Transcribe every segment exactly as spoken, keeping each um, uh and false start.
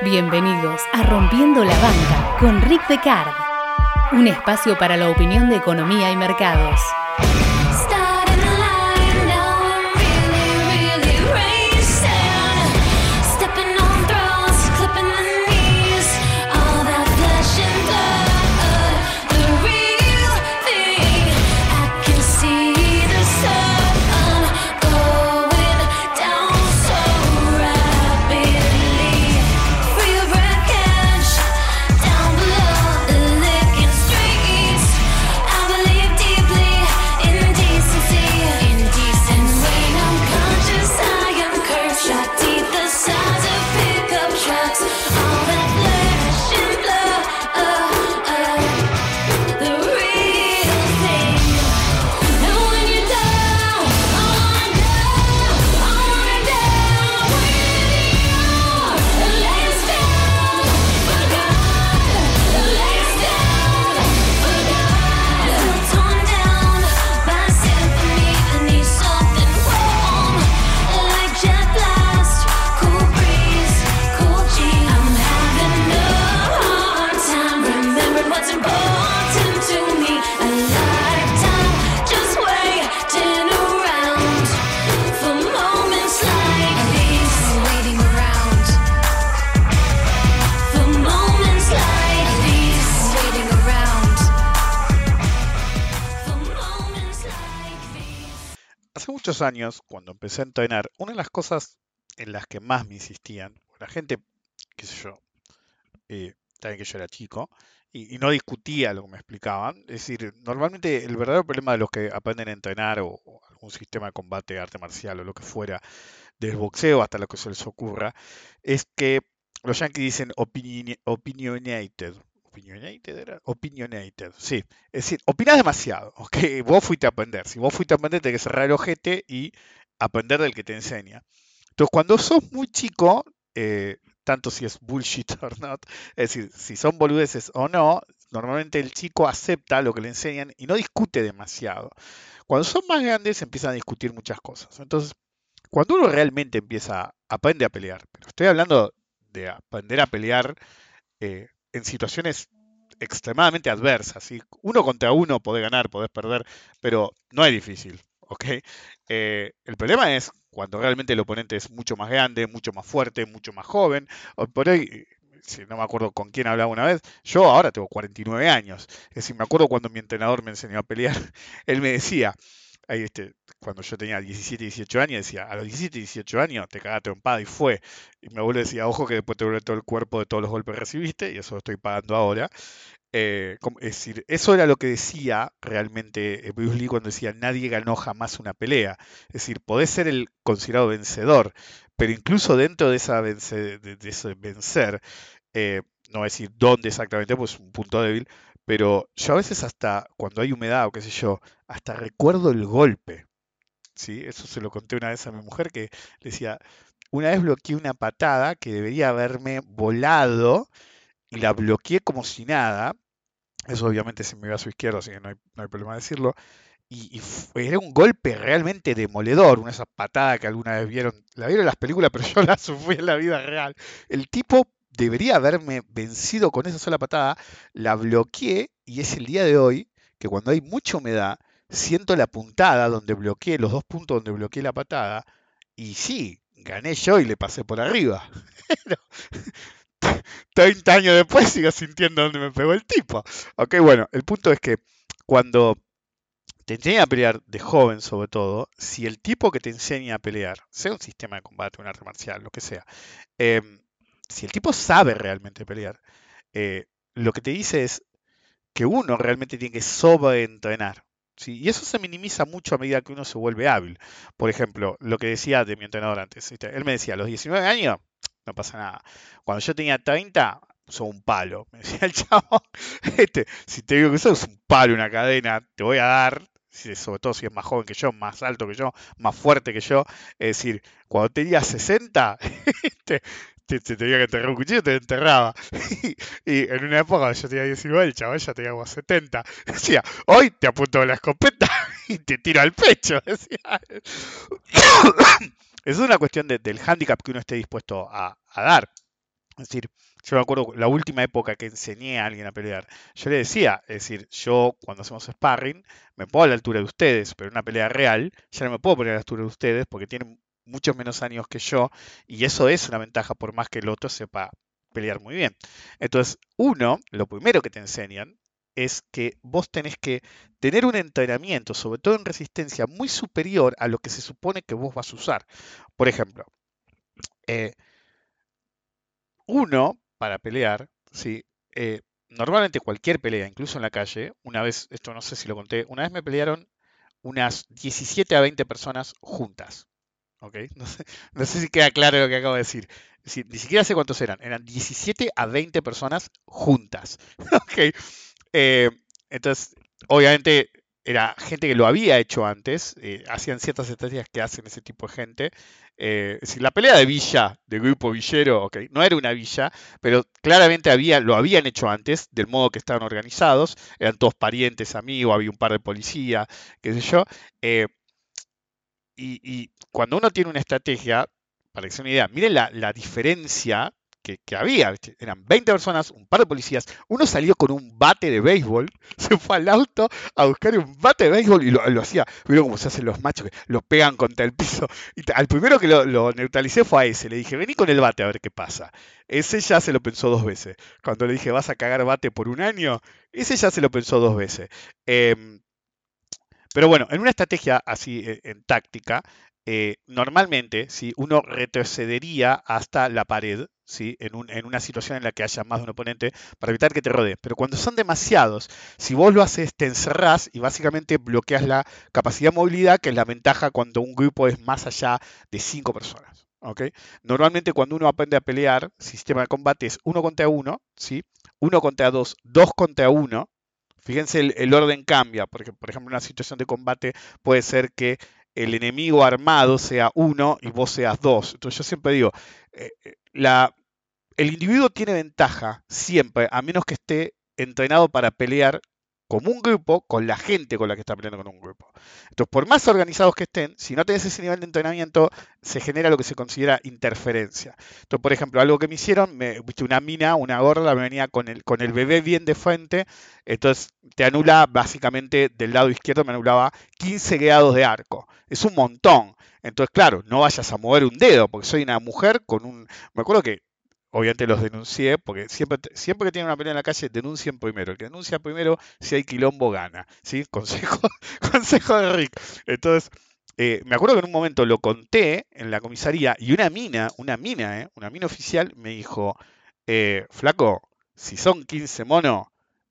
Bienvenidos a Rompiendo la Banca con Rick Decard, un espacio para la opinión de economía y mercados. Muchos años, cuando empecé a entrenar, una de las cosas en las que más me insistían, la gente, qué sé yo, eh, también que yo era chico, y, y no discutía lo que me explicaban, es decir, normalmente el verdadero problema de los que aprenden a entrenar o, o algún sistema de combate, arte marcial o lo que fuera, del boxeo hasta lo que se les ocurra, es que los yankees dicen opini- opinionated. ¿Opinionated era? Opinionated, sí. Es decir, opinás demasiado, ¿ok? Vos fuiste a aprender. Si vos fuiste a aprender, tenés que cerrar el ojete y aprender del que te enseña. Entonces, cuando sos muy chico, eh, tanto si es bullshit o not, es decir, si son boludeces o no, normalmente el chico acepta lo que le enseñan y no discute demasiado. Cuando son más grandes, empiezan a discutir muchas cosas. Entonces, cuando uno realmente empieza, aprende a pelear, pero estoy hablando de aprender a pelear eh, en situaciones extremadamente adversas, ¿sí? Uno contra uno podés ganar, podés perder, pero no es difícil, ¿ok? Eh, el problema es cuando realmente el oponente es mucho más grande, mucho más fuerte, mucho más joven, o por ahí, si no me acuerdo con quién hablaba una vez, yo ahora tengo cuarenta y nueve años, es decir, me acuerdo cuando mi entrenador me enseñó a pelear, él me decía, ahí este, cuando yo tenía diecisiete, dieciocho años, decía, a los diecisiete, dieciocho años te cagaste trompada y fue. Y mi abuelo decía, ojo que después te duele todo el cuerpo de todos los golpes que recibiste, y eso lo estoy pagando ahora. Eh, es decir, eso era lo que decía realmente Bruce Lee cuando decía, nadie ganó jamás una pelea. Es decir, podés ser el considerado vencedor, pero incluso dentro de, esa vence, de, de ese vencer, eh, no voy a decir dónde exactamente, pues es un punto débil, pero yo a veces hasta cuando hay humedad o qué sé yo, hasta recuerdo el golpe, ¿sí? Eso se lo conté una vez a mi mujer que le decía, una vez bloqueé una patada que debería haberme volado y la bloqueé como si nada. Eso obviamente se me iba a su izquierda, así que no hay, no hay problema decirlo. Y, y fue- era un golpe realmente demoledor, una de esas patadas que alguna vez vieron, la vieron en las películas, pero yo la sufrí en la vida real. El tipo debería haberme vencido con esa sola patada, la bloqueé y es el día de hoy que cuando hay mucha humedad, siento la puntada donde bloqueé, los dos puntos donde bloqueé la patada, y sí, gané yo y le pasé por arriba. Pero treinta años después sigo sintiendo donde me pegó el tipo. Ok, bueno, el punto es que cuando te enseña a pelear de joven sobre todo, si el tipo que te enseña a pelear, sea un sistema de combate, un arte marcial, lo que sea, eh, si el tipo sabe realmente pelear, eh, lo que te dice es que uno realmente tiene que sobreentrenar, ¿sí? Y eso se minimiza mucho a medida que uno se vuelve hábil. Por ejemplo, lo que decía de mi entrenador antes, ¿viste? Él me decía, a los diecinueve años, no pasa nada. Cuando yo tenía treinta, sos un palo. Me decía el chavo, este, si te digo que sos un palo, una cadena, te voy a dar, si- sobre todo si es más joven que yo, más alto que yo, más fuerte que yo. Es decir, cuando tenía sesenta, te, te, te tenía que enterrar un cuchillo, te enterraba. Y, y en una época cuando yo tenía diecinueve, el chaval ya tenía como setenta. Decía, hoy te apunto la escopeta y te tiro al pecho. Decía. Es una cuestión de- del hándicap que uno esté dispuesto a, a dar. Es decir, yo me acuerdo la última época que enseñé a alguien a pelear, yo le decía, es decir, yo cuando hacemos sparring me pongo a la altura de ustedes, pero en una pelea real ya no me puedo poner a la altura de ustedes porque tienen muchos menos años que yo y eso es una ventaja por más que el otro sepa pelear muy bien. Entonces, uno, lo primero que te enseñan es que vos tenés que tener un entrenamiento, sobre todo en resistencia, muy superior a lo que se supone que vos vas a usar. Por ejemplo, eh, uno, para pelear, ¿sí? Eh, normalmente cualquier pelea, incluso en la calle, una vez, esto no sé si lo conté, una vez me pelearon unas diecisiete a veinte personas juntas. ¿Ok? No sé, no sé si queda claro lo que acabo de decir. Es decir, ni siquiera sé cuántos eran. Eran diecisiete a veinte personas juntas. ¿Ok? Eh, entonces, obviamente, era gente que lo había hecho antes, eh, hacían ciertas estrategias que hacen ese tipo de gente. Eh, es decir, la pelea de villa, de grupo villero, okay, no era una villa, pero claramente había, lo habían hecho antes, del modo que estaban organizados, eran todos parientes, amigos, había un par de policías, qué sé yo. eh, y, y cuando uno tiene una estrategia, para que se den una idea, miren la, la diferencia que, que había. ¿Viste? Eran veinte personas, un par de policías. Uno salió con un bate de béisbol, se fue al auto a buscar un bate de béisbol y lo, lo hacía. Vieron cómo se hacen los machos, que lo pegan contra el piso. Y t- al primero que lo, lo neutralicé fue a ese. Le dije, vení con el bate a ver qué pasa. Ese ya se lo pensó dos veces. Cuando le dije, vas a cagar bate por un año, ese ya se lo pensó dos veces. Em, pero bueno, en una estrategia así, eh, en táctica, eh, normalmente, ¿sí? Uno retrocedería hasta la pared, ¿sí? En un- en una situación en la que haya más de un oponente para evitar que te rodee. Pero cuando son demasiados, si vos lo haces, te encerrás y básicamente bloqueas la capacidad de movilidad, que es la ventaja cuando un grupo es más allá de cinco personas. ¿Ok? Normalmente cuando uno aprende a pelear, sistema de combate es uno contra uno, ¿sí? Uno contra dos, dos contra uno. Fíjense, el, el orden cambia, porque por ejemplo en una situación de combate puede ser que el enemigo armado sea uno y vos seas dos. Entonces yo siempre digo, eh, eh, la, el individuo tiene ventaja siempre, a menos que esté entrenado para pelear como un grupo con la gente con la que está peleando con un grupo. Entonces, por más organizados que estén, si no tenés ese nivel de entrenamiento, se genera lo que se considera interferencia. Entonces, por ejemplo, algo que me hicieron, me, viste, una mina, una gorda, me venía con el, con el bebé bien de frente, entonces te anula básicamente del lado izquierdo, me anulaba quince grados de arco. Es un montón. Entonces, claro, no vayas a mover un dedo, porque soy una mujer con un... Me acuerdo que obviamente los denuncié, porque siempre, siempre que tienen una pelea en la calle, denuncien primero. El que denuncia primero, si hay quilombo, gana. ¿Sí? Consejo, consejo de Rick. Entonces, eh, me acuerdo que en un momento lo conté en la comisaría y una mina, una mina, ¿eh? Una mina oficial me dijo, eh, flaco, si son quince monos,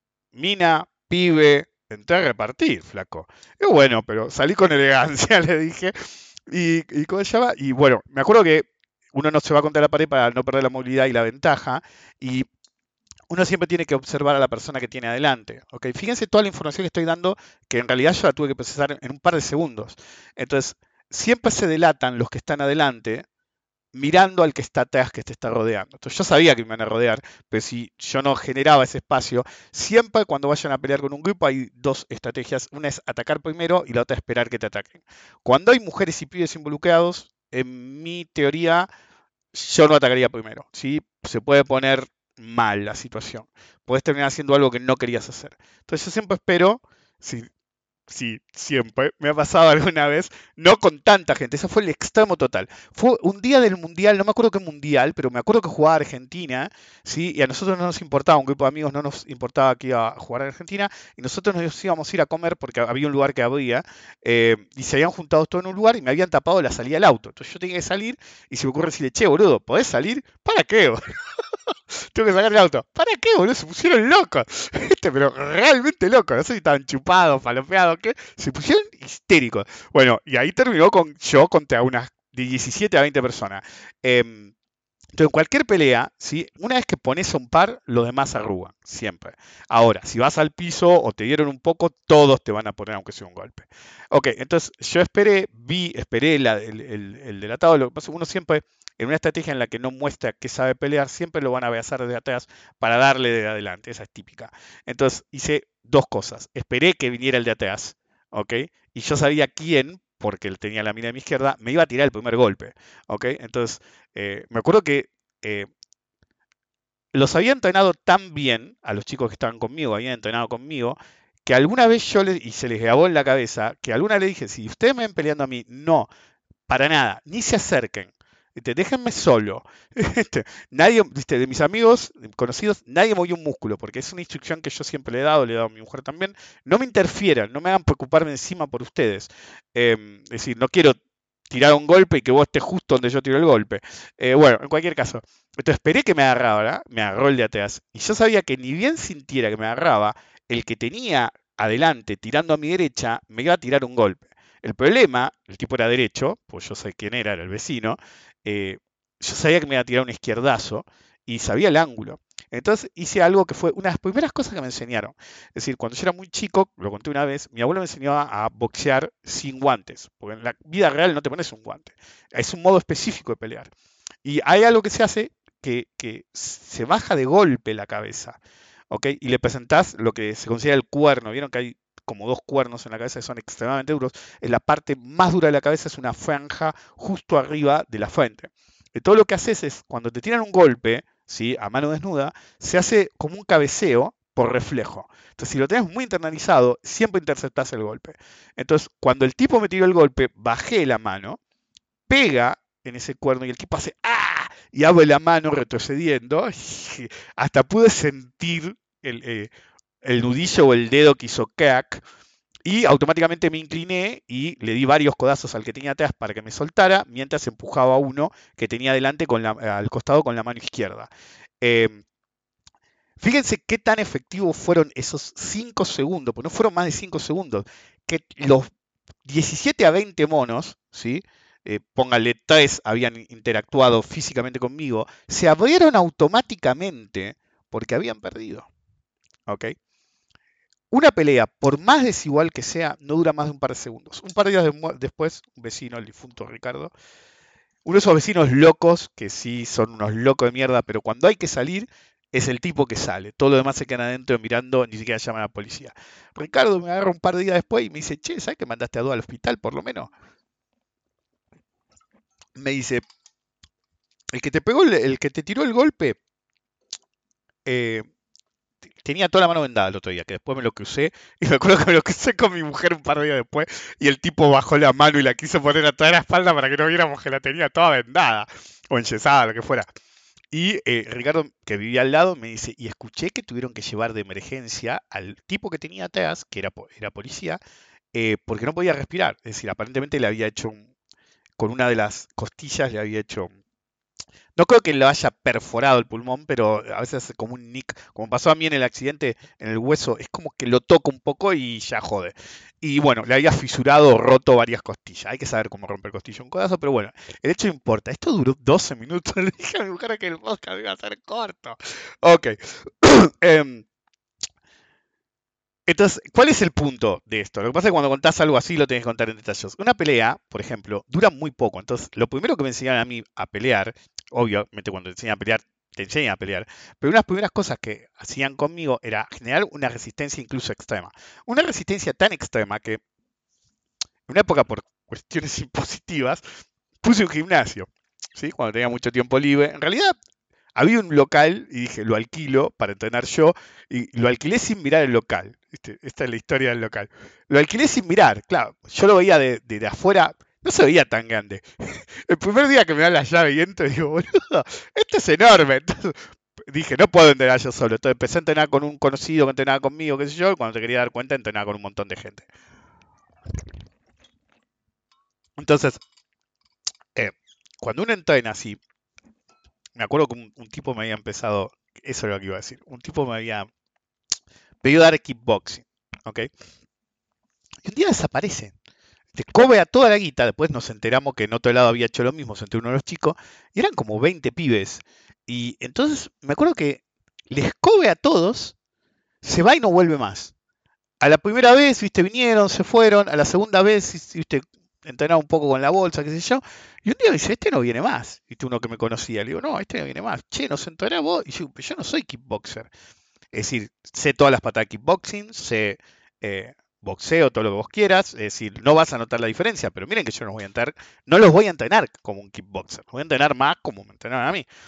mina, pibe, entré a repartir, flaco. Y bueno, pero salí con elegancia, le dije. Y, y ¿cómo se llama? Y bueno, me acuerdo que uno no se va contra la pared para no perder la movilidad y la ventaja. Y uno siempre tiene que observar a la persona que tiene adelante. ¿Ok? Fíjense toda la información que estoy dando, que en realidad yo la tuve que procesar en un par de segundos. Entonces, siempre se delatan los que están adelante mirando al que está atrás, que te está rodeando. Entonces yo sabía que me iban a rodear, pero si yo no generaba ese espacio, siempre cuando vayan a pelear con un grupo hay dos estrategias. Una es atacar primero y la otra es esperar que te ataquen. Cuando hay mujeres y pibes involucrados, en mi teoría, yo no atacaría primero. ¿Sí? Se puede poner mal la situación. Puedes terminar haciendo algo que no querías hacer. Entonces yo siempre espero, si sí, siempre. Me ha pasado alguna vez, no con tanta gente, eso fue el extremo total. Fue un día del Mundial, no me acuerdo qué Mundial, pero me acuerdo que jugaba Argentina, ¿sí? Y a nosotros no nos importaba, un grupo de amigos no nos importaba que iba a jugar a Argentina, y nosotros nos íbamos a ir a comer porque había un lugar que abría, eh, y se habían juntado todos en un lugar y me habían tapado la salida del auto. Entonces yo tenía que salir, y se me ocurre decirle, che, boludo, ¿podés salir? ¿Para qué? Tengo que sacar el auto. ¿Para qué, boludo? Se pusieron locos. ¿Viste? Pero realmente locos. No sé si estaban chupados, palopeados, qué. Se pusieron histéricos. Bueno, y ahí terminó con yo contra unas de diecisiete a veinte personas. Eh, entonces, en cualquier pelea, ¿sí? Una vez que pones a un par, los demás arrugan, siempre. Ahora, si vas al piso o te dieron un poco, todos te van a poner aunque sea un golpe. Ok, entonces yo esperé, vi, esperé la- el, el- el delatado. Lo que pasa es que uno siempre, en una estrategia en la que no muestra que sabe pelear, siempre lo van a abrazar desde atrás para darle de adelante. Esa es típica. Entonces hice dos cosas. Esperé que viniera el de atrás, ¿ok? Y yo sabía quién, porque él tenía la mina de mi izquierda, me iba a tirar el primer golpe, ¿ok? Entonces eh, me acuerdo que eh, los había entrenado tan bien, a los chicos que estaban conmigo, habían entrenado conmigo, que alguna vez yo les, y se les grabó en la cabeza, que alguna vez le dije, si ustedes me ven peleando a mí, no, para nada, ni se acerquen. Este, déjenme solo. Este, nadie, este, de mis amigos conocidos, nadie movió un músculo, porque es una instrucción que yo siempre le he dado, le he dado a mi mujer también. No me interfieran, no me hagan preocuparme encima por ustedes. Eh, es decir, no quiero tirar un golpe y que vos estés justo donde yo tiro el golpe. Eh, bueno, en cualquier caso. Entonces esperé que me agarrara, me agarró el de atrás. Y yo sabía que ni bien sintiera que me agarraba, el que tenía adelante tirando a mi derecha me iba a tirar un golpe. El problema, el tipo era derecho, pues yo sé quién era, era el vecino, eh, yo sabía que me iba a tirar un izquierdazo y sabía el ángulo. Entonces hice algo que fue una de las primeras cosas que me enseñaron. Es decir, cuando yo era muy chico, lo conté una vez, mi abuelo me enseñó a, a boxear sin guantes, porque en la vida real no te pones un guante. Es un modo específico de pelear. Y hay algo que se hace que, que se baja de golpe la cabeza, ¿ok? Y le presentás lo que se considera el cuerno. Vieron que hay como dos cuernos en la cabeza que son extremadamente duros. En la parte más dura de la cabeza es una franja justo arriba de la frente. Y todo lo que haces es, cuando te tiran un golpe, ¿sí? A mano desnuda, se hace como un cabeceo por reflejo. Entonces, si lo tenés muy internalizado, siempre interceptás el golpe. Entonces, cuando el tipo me tiró el golpe, bajé la mano, pega en ese cuerno y el tipo hace ¡ah! Y abre la mano retrocediendo. Hasta pude sentir el, eh, el nudillo o el dedo que hizo crack. Y automáticamente me incliné y le di varios codazos al que tenía atrás para que me soltara, mientras empujaba a uno que tenía delante con la, al costado con la mano izquierda. Eh, Fíjense qué tan efectivos fueron esos cinco segundos, porque no fueron más de cinco segundos, que los diecisiete a veinte monos, ¿sí? Eh, póngale tres habían interactuado físicamente conmigo, se abrieron automáticamente porque habían perdido. ¿Ok? Una pelea, por más desigual que sea, no dura más de un par de segundos. Un par de días de después, un vecino, el difunto Ricardo, uno de esos vecinos locos, que sí son unos locos de mierda, pero cuando hay que salir, es el tipo que sale. Todo lo demás se quedan adentro mirando, ni siquiera llaman a la policía. Ricardo me agarra un par de días después y me dice, che, ¿sabes que mandaste a dos al hospital por lo menos? Me dice, el que te pegó, el, el que te tiró el golpe, eh, tenía toda la mano vendada el otro día, que después me lo crucé, y me acuerdo que me lo crucé con mi mujer un par de días después, y el tipo bajó la mano y la quiso poner atrás de la espalda para que no viéramos que la tenía toda vendada, o enyesada, lo que fuera. Y eh, Ricardo, que vivía al lado, me dice, y escuché que tuvieron que llevar de emergencia al tipo que tenía atrás, que era, era policía, eh, porque no podía respirar. Es decir, aparentemente le había hecho, un, con una de las costillas le había hecho, no creo que le haya perforado el pulmón, pero a veces hace como un nick, como pasó a mí en el accidente en el hueso, es como que lo toca un poco y ya jode. Y bueno, le había fisurado, roto varias costillas. Hay que saber cómo romper costillas un codazo, pero bueno, el hecho no importa. Esto duró doce minutos. Le dije a mi mujer que el podcast iba a ser corto. Ok. eh, entonces, ¿cuál es el punto de esto? Lo que pasa es que cuando contás algo así lo tenés que contar en detalles. Una pelea, por ejemplo, dura muy poco. Entonces, lo primero que me enseñaron a mí a pelear, obviamente cuando te enseñan a pelear, te enseñan a pelear, pero una de las primeras cosas que hacían conmigo era generar una resistencia incluso extrema. Una resistencia tan extrema que en una época por cuestiones impositivas puse un gimnasio, ¿sí? Cuando tenía mucho tiempo libre. En realidad había un local y dije, lo alquilo para entrenar yo, y lo alquilé sin mirar el local. ¿Viste? Esta es la historia del local. Lo alquilé sin mirar, claro. Yo lo veía de, de, de afuera, no se veía tan grande. El primer día que me dan la llave y entro, digo, boludo, esto es enorme. Entonces, dije, no puedo entrenar yo solo. Entonces empecé a entrenar con un conocido que entrenaba conmigo, qué sé yo, y cuando te quería dar cuenta, entrenaba con un montón de gente. Entonces, eh, cuando uno entrena así, me acuerdo que un, un tipo me había empezado, eso es lo que iba a decir, un tipo me había pedido dar kickboxing, ¿ok? Y un día desaparece, te cobra toda la guita, después nos enteramos que en otro lado había hecho lo mismo, se enteró uno de los chicos, y eran como veinte pibes, y entonces me acuerdo que les cobra a todos, se va y no vuelve más. A la primera vez, viste, vinieron, se fueron, a la segunda vez, viste, entrenaba un poco con la bolsa, qué sé yo, y un día me dice, este no viene más, viste, uno que me conocía, le digo, no, este no viene más, che, nos entrenás vos, y yo, yo no soy kickboxer. Es decir, sé todas las patadas de kickboxing, sé eh, boxeo, todo lo que vos quieras. Es decir, no vas a notar la diferencia, pero miren que yo no los voy a entrenar, no los voy a entrenar como un kickboxer, los voy a entrenar más como me entrenaron a mí.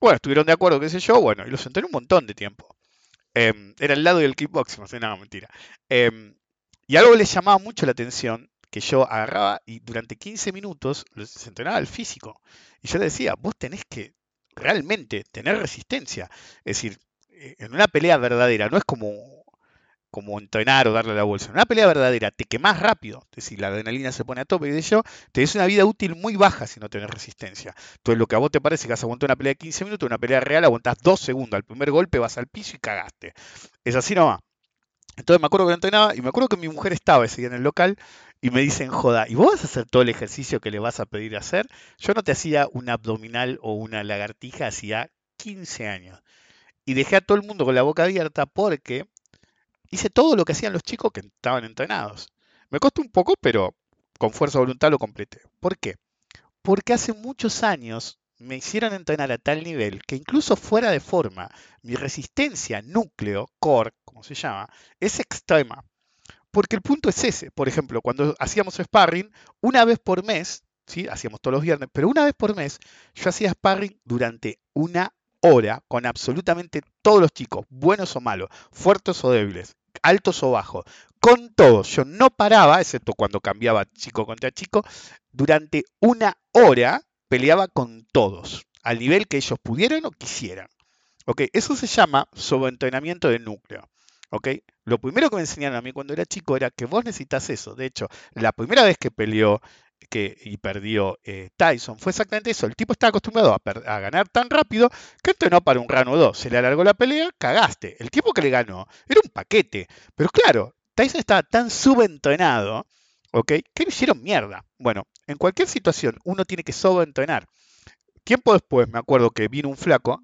Bueno, estuvieron de acuerdo, qué sé yo, bueno, y los entrené un montón de tiempo. Eh, era el lado del kickboxing, no sé, nada, mentira. Eh, y algo les llamaba mucho la atención, que yo agarraba y durante quince minutos les entrenaba el físico. Y yo les decía, vos tenés que realmente tener resistencia. Es decir, eh, en una pelea verdadera, no es como como entrenar o darle la bolsa. En una pelea verdadera te quemás rápido, es decir, la adrenalina se pone a tope y de ello, tenés una vida útil muy baja si no tenés resistencia. Entonces lo que a vos te parece que vas a aguantar una pelea de quince minutos, una pelea real aguantás dos segundos, al primer golpe vas al piso y cagaste. Es así nomás. Entonces me acuerdo que entrenaba y me acuerdo que mi mujer estaba ese día en el local y me dicen, joda, ¿y vos vas a hacer todo el ejercicio que le vas a pedir hacer? Yo no te hacía un abdominal o una lagartija hacía quince años. Y dejé a todo el mundo con la boca abierta porque hice todo lo que hacían los chicos que estaban entrenados. Me costó un poco, pero con fuerza de voluntad lo completé. ¿Por qué? Porque hace muchos años me hicieron entrenar a tal nivel que incluso fuera de forma, mi resistencia núcleo, core, como se llama, es extrema. Porque el punto es ese. Por ejemplo, cuando hacíamos sparring, una vez por mes, ¿sí? Hacíamos todos los viernes, pero una vez por mes yo hacía sparring durante una hora con absolutamente todos los chicos, buenos o malos, fuertes o débiles, altos o bajos, con todos. Yo no paraba, excepto cuando cambiaba chico contra chico, durante una hora peleaba con todos, al nivel que ellos pudieran o quisieran. ¿Ok? Eso se llama sobreentrenamiento de núcleo. ¿Ok? Lo primero que me enseñaron a mí cuando era chico era que vos necesitas eso. De hecho, la primera vez que peleó que, y perdió eh, Tyson fue exactamente eso. El tipo estaba acostumbrado a, per- a ganar tan rápido que entrenó para un round o dos. Se le alargó la pelea, cagaste. El tipo que le ganó era un paquete. Pero claro, Tyson estaba tan subentrenado, ¿ok? Que lo hicieron mierda. Bueno, en cualquier situación uno tiene que sobreentrenar. Tiempo después me acuerdo que vino un flaco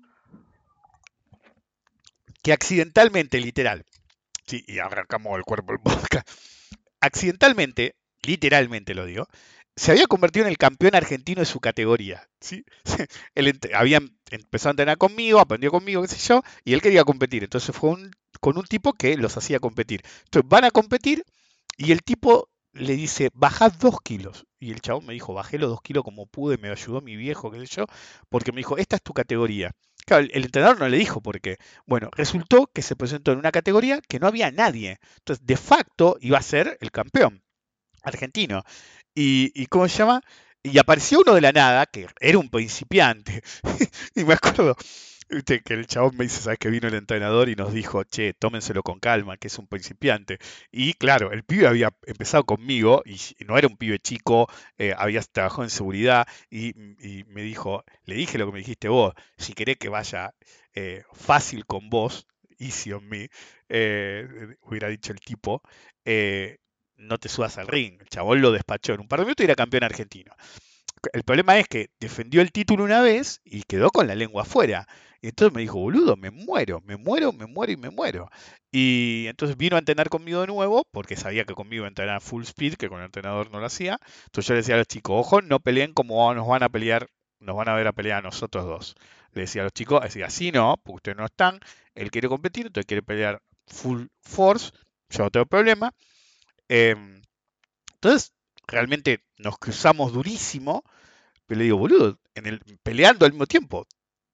que accidentalmente, literal, sí, y arrancamos el cuerpo del podcast, accidentalmente, literalmente lo digo, se había convertido en el campeón argentino de su categoría. ¿Sí? Él había empezado a entrenar conmigo, aprendió conmigo, qué sé yo, y él quería competir. Entonces fue un, con un tipo que los hacía competir. Entonces van a competir y el tipo le dice, bajad dos kilos. Y el chabón me dijo, bajé los dos kilos como pude, me ayudó mi viejo, qué sé yo, porque me dijo, esta es tu categoría. Claro, el, el entrenador no le dijo por qué. Bueno, resultó que se presentó en una categoría que no había nadie. Entonces, de facto, iba a ser el campeón argentino. Y, y ¿cómo se llama? Y apareció uno de la nada, que era un principiante. Y me acuerdo, viste, que el chabón me dice, ¿sabes que vino el entrenador y nos dijo, che, tómenselo con calma, que es un principiante? Y claro, el pibe había empezado conmigo y no era un pibe chico, eh, había trabajado en seguridad y, y me dijo, le dije lo que me dijiste vos, si querés que vaya eh, fácil con vos, easy on me, eh, hubiera dicho el tipo, eh, no te subas al ring. El chabón lo despachó en un par de minutos y era campeón argentino. El problema es que defendió el título una vez y quedó con la lengua afuera. Y entonces me dijo, boludo, me muero, me muero, me muero y me muero. Y entonces vino a entrenar conmigo de nuevo, porque sabía que conmigo iba a entrenar full speed, que con el entrenador no lo hacía. Entonces yo le decía a los chicos, ojo, no peleen como nos van a pelear, nos van a ver a pelear a nosotros dos. Le decía a los chicos, decía, así no, porque ustedes no están, él quiere competir, entonces quiere pelear full force, yo no tengo problema. Eh, entonces, realmente nos cruzamos durísimo, pero le digo, boludo, en el, peleando al mismo tiempo,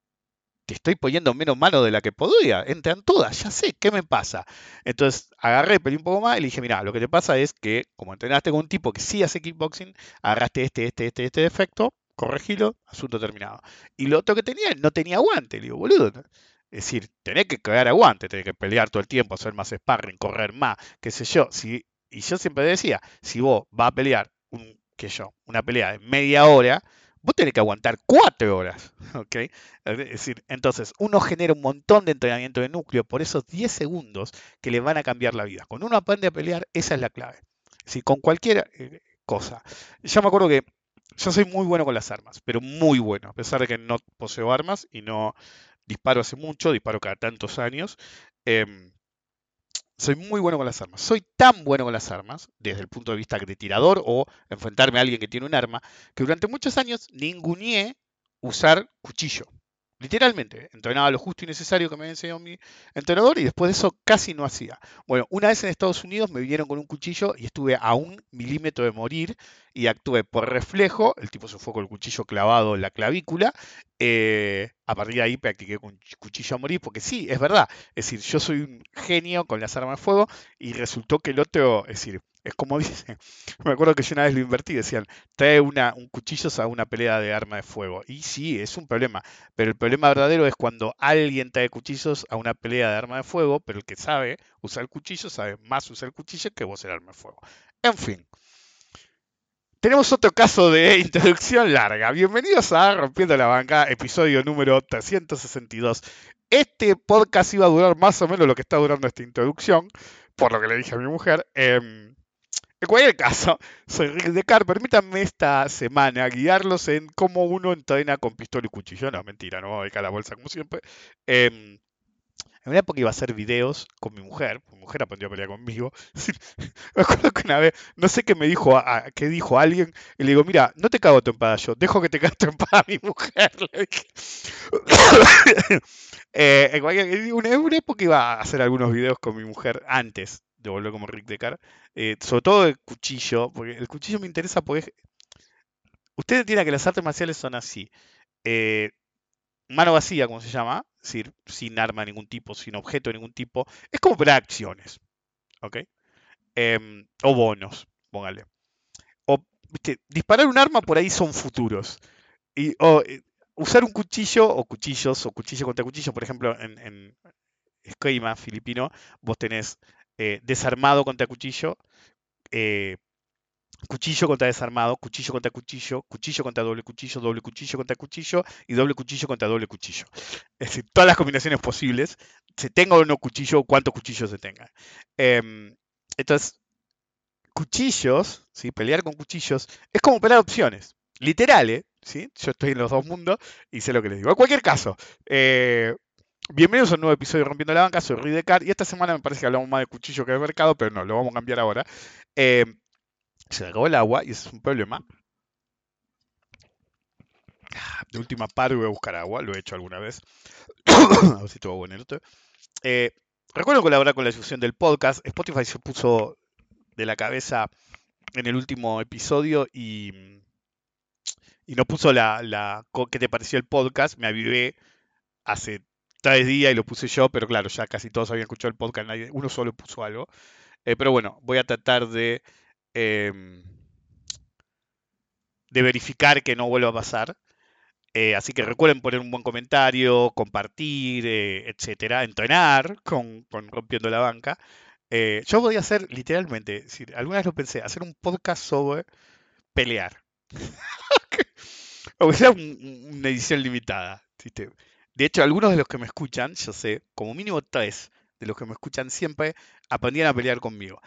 te estoy poniendo menos mano de la que podía, entran todas, ya sé, ¿qué me pasa? Entonces, agarré, peleé un poco más y le dije, mira, lo que te pasa es que, como entrenaste con un tipo que sí hace kickboxing, agarraste este, este, este, este defecto, corregilo, asunto terminado. Y lo otro que tenía, no tenía aguante, le digo, boludo. Es decir, tenés que crear aguante, tenés que pelear todo el tiempo, hacer más sparring, correr más, qué sé yo. Si, y yo siempre decía, si vos vas a pelear, un, qué sé yo, una pelea de media hora, vos tenés que aguantar cuatro horas, ¿ok? Es decir, entonces uno genera un montón de entrenamiento de núcleo por esos diez segundos que le van a cambiar la vida. Cuando uno aprende a pelear, esa es la clave. Es decir, con cualquier eh, cosa. Yo me acuerdo que yo soy muy bueno con las armas, pero muy bueno, a pesar de que no poseo armas y no disparo hace mucho, disparo cada tantos años. Eh, soy muy bueno con las armas. Soy tan bueno con las armas, desde el punto de vista de tirador o enfrentarme a alguien que tiene un arma, que durante muchos años ninguneé usar cuchillo. Literalmente, entrenaba lo justo y necesario que me había enseñado mi entrenador y después de eso casi no hacía. Bueno, una vez en Estados Unidos me vinieron con un cuchillo y estuve a un milímetro de morir y actué por reflejo. El tipo se fue con el cuchillo clavado en la clavícula. Eh, a partir de ahí practiqué con cuchillo a morir porque sí, es verdad. Es decir, yo soy un genio con las armas de fuego y resultó que el otro, es decir, es como dice, me acuerdo que yo una vez lo invertí, decían, trae una, un cuchillo a una pelea de arma de fuego. Y sí, es un problema. Pero el problema verdadero es cuando alguien trae cuchillos a una pelea de arma de fuego, pero el que sabe usar el cuchillo sabe más usar el cuchillo que vos el arma de fuego. En fin, tenemos otro caso de introducción larga. Bienvenidos a Rompiendo la Banca, episodio número trescientos sesenta y dos. Este podcast iba a durar más o menos lo que está durando esta introducción, por lo que le dije a mi mujer. Eh, en cualquier caso, soy Rick Decar. Permítanme esta semana guiarlos en cómo uno entrena con pistola y cuchillo. No, mentira, no voy a dedicar la bolsa como siempre. Eh, en una época iba a hacer videos con mi mujer. Mi mujer aprendió a pelear conmigo. Me acuerdo que una vez, no sé qué me dijo, a, a- qué dijo alguien, y le digo, mira, no te cago a trompada yo, dejo que te cague a trompada a mi mujer. Le dije. Eh, en cualquier- en una, en una época iba a hacer algunos videos con mi mujer antes de volver como Rick Decar, eh, sobre todo el cuchillo, porque el cuchillo me interesa porque ustedes entiendan que las artes marciales son así. eh, Mano vacía, como se llama, es decir, sin arma de ningún tipo, sin objeto de ningún tipo, es como para acciones, ¿ok? Em, o bonos, póngale. O, viste, disparar un arma por ahí son futuros. Y, o eh, usar un cuchillo, o cuchillos, o cuchillo contra cuchillo, por ejemplo, en, en esquema filipino, vos tenés eh, desarmado contra cuchillo, eh, cuchillo contra desarmado, cuchillo contra cuchillo, cuchillo contra doble cuchillo, doble cuchillo contra cuchillo y doble cuchillo contra doble cuchillo. Es decir, todas las combinaciones posibles, se tenga o no cuchillo, cuántos cuchillos se tenga. Eh, entonces, cuchillos, ¿sí? Pelear con cuchillos es como pelear opciones. Literal, ¿eh? ¿Sí? Yo estoy en los dos mundos y sé lo que les digo. En cualquier caso, eh, bienvenidos a un nuevo episodio de Rompiendo la Banca, soy Rui Decar y esta semana me parece que hablamos más de cuchillo que de mercado, pero no, lo vamos a cambiar ahora. Eh, se me acabó el agua y ese es un problema. De última par voy a buscar agua, lo he hecho alguna vez. A ver si estuvo bueno. Eh, recuerdo colaborar con la difusión del podcast. Spotify se puso de la cabeza en el último episodio y, y no puso la, la qué te pareció el podcast. Me avivé hace tres días y lo puse yo, pero claro, ya casi todos habían escuchado el podcast, nadie, uno solo puso algo. Eh, pero bueno, voy a tratar de, eh, de verificar que no vuelva a pasar. Eh, así que recuerden poner un buen comentario, compartir, eh, etcétera, entrenar con, con Rompiendo la Banca. Eh, yo podría hacer, literalmente, si alguna vez lo pensé, hacer un podcast sobre pelear. O sea, un- una edición limitada. ¿Viste? De hecho, algunos de los que me escuchan, yo sé, como mínimo tres de los que me escuchan siempre, aprendían a pelear conmigo.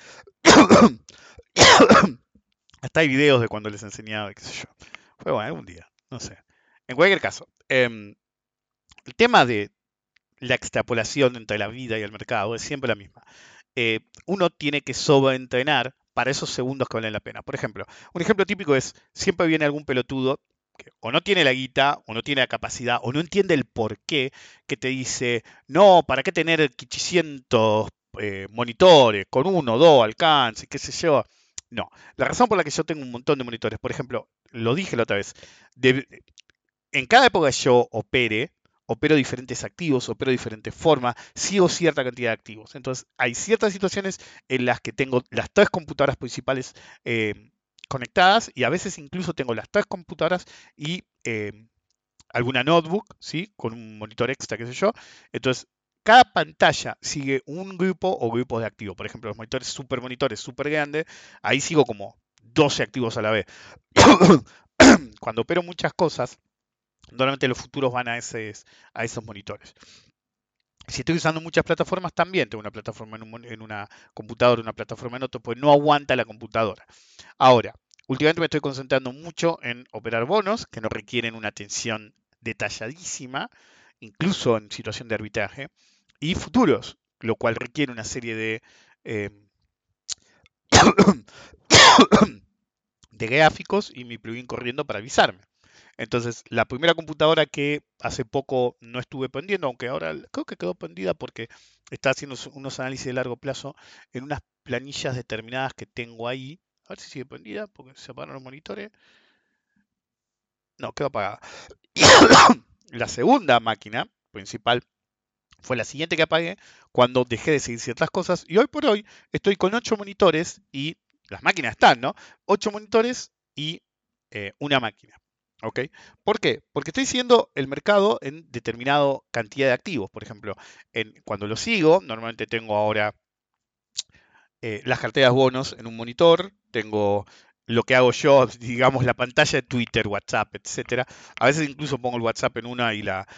Hasta hay videos de cuando les enseñaba, qué sé yo. Pero bueno, algún día, no sé. En cualquier caso, em, el tema de la extrapolación entre la vida y el mercado es siempre la misma. Eh, uno tiene que sobreentrenar para esos segundos que valen la pena. Por ejemplo, un ejemplo típico es, siempre viene algún pelotudo que o no tiene la guita, o no tiene la capacidad, o no entiende el por qué, que te dice, no, ¿para qué tener quinientos eh, monitores con uno, dos, alcance, qué sé yo? No, la razón por la que yo tengo un montón de monitores, por ejemplo, lo dije la otra vez, de, en cada época que yo opere, opero diferentes activos, opero diferentes formas, sigo cierta cantidad de activos. Entonces, hay ciertas situaciones en las que tengo las tres computadoras principales eh, conectadas y a veces incluso tengo las tres computadoras y eh, alguna notebook, ¿sí? Con un monitor extra, qué sé yo. Entonces, cada pantalla sigue un grupo o grupos de activos. Por ejemplo, los monitores super monitores super grandes, ahí sigo como doce activos a la vez. Cuando opero muchas cosas, normalmente los futuros van a, ese, a esos monitores. Si estoy usando muchas plataformas, también tengo una plataforma en, un, en una computadora, una plataforma en otro, pues no aguanta la computadora. Ahora, últimamente me estoy concentrando mucho en operar bonos que no requieren una atención detalladísima, incluso en situación de arbitraje, y futuros, lo cual requiere una serie de, eh, de gráficos y mi plugin corriendo para avisarme. Entonces, la primera computadora que hace poco no estuve prendiendo, aunque ahora creo que quedó prendida porque está haciendo unos análisis de largo plazo en unas planillas determinadas que tengo ahí. A ver si sigue prendida, porque se apagaron los monitores. No, quedó apagada. La segunda máquina principal fue la siguiente que apagué cuando dejé de seguir ciertas cosas. Y hoy por hoy estoy con ocho monitores y las máquinas están, ¿no? Ocho monitores y eh, una máquina. ¿Ok? ¿Por qué? Porque estoy siguiendo el mercado en determinada cantidad de activos. Por ejemplo, en, cuando lo sigo, normalmente tengo ahora eh, las carteras bonos en un monitor, tengo lo que hago yo, digamos, la pantalla de Twitter, WhatsApp, etcétera. A veces incluso pongo el WhatsApp en una y la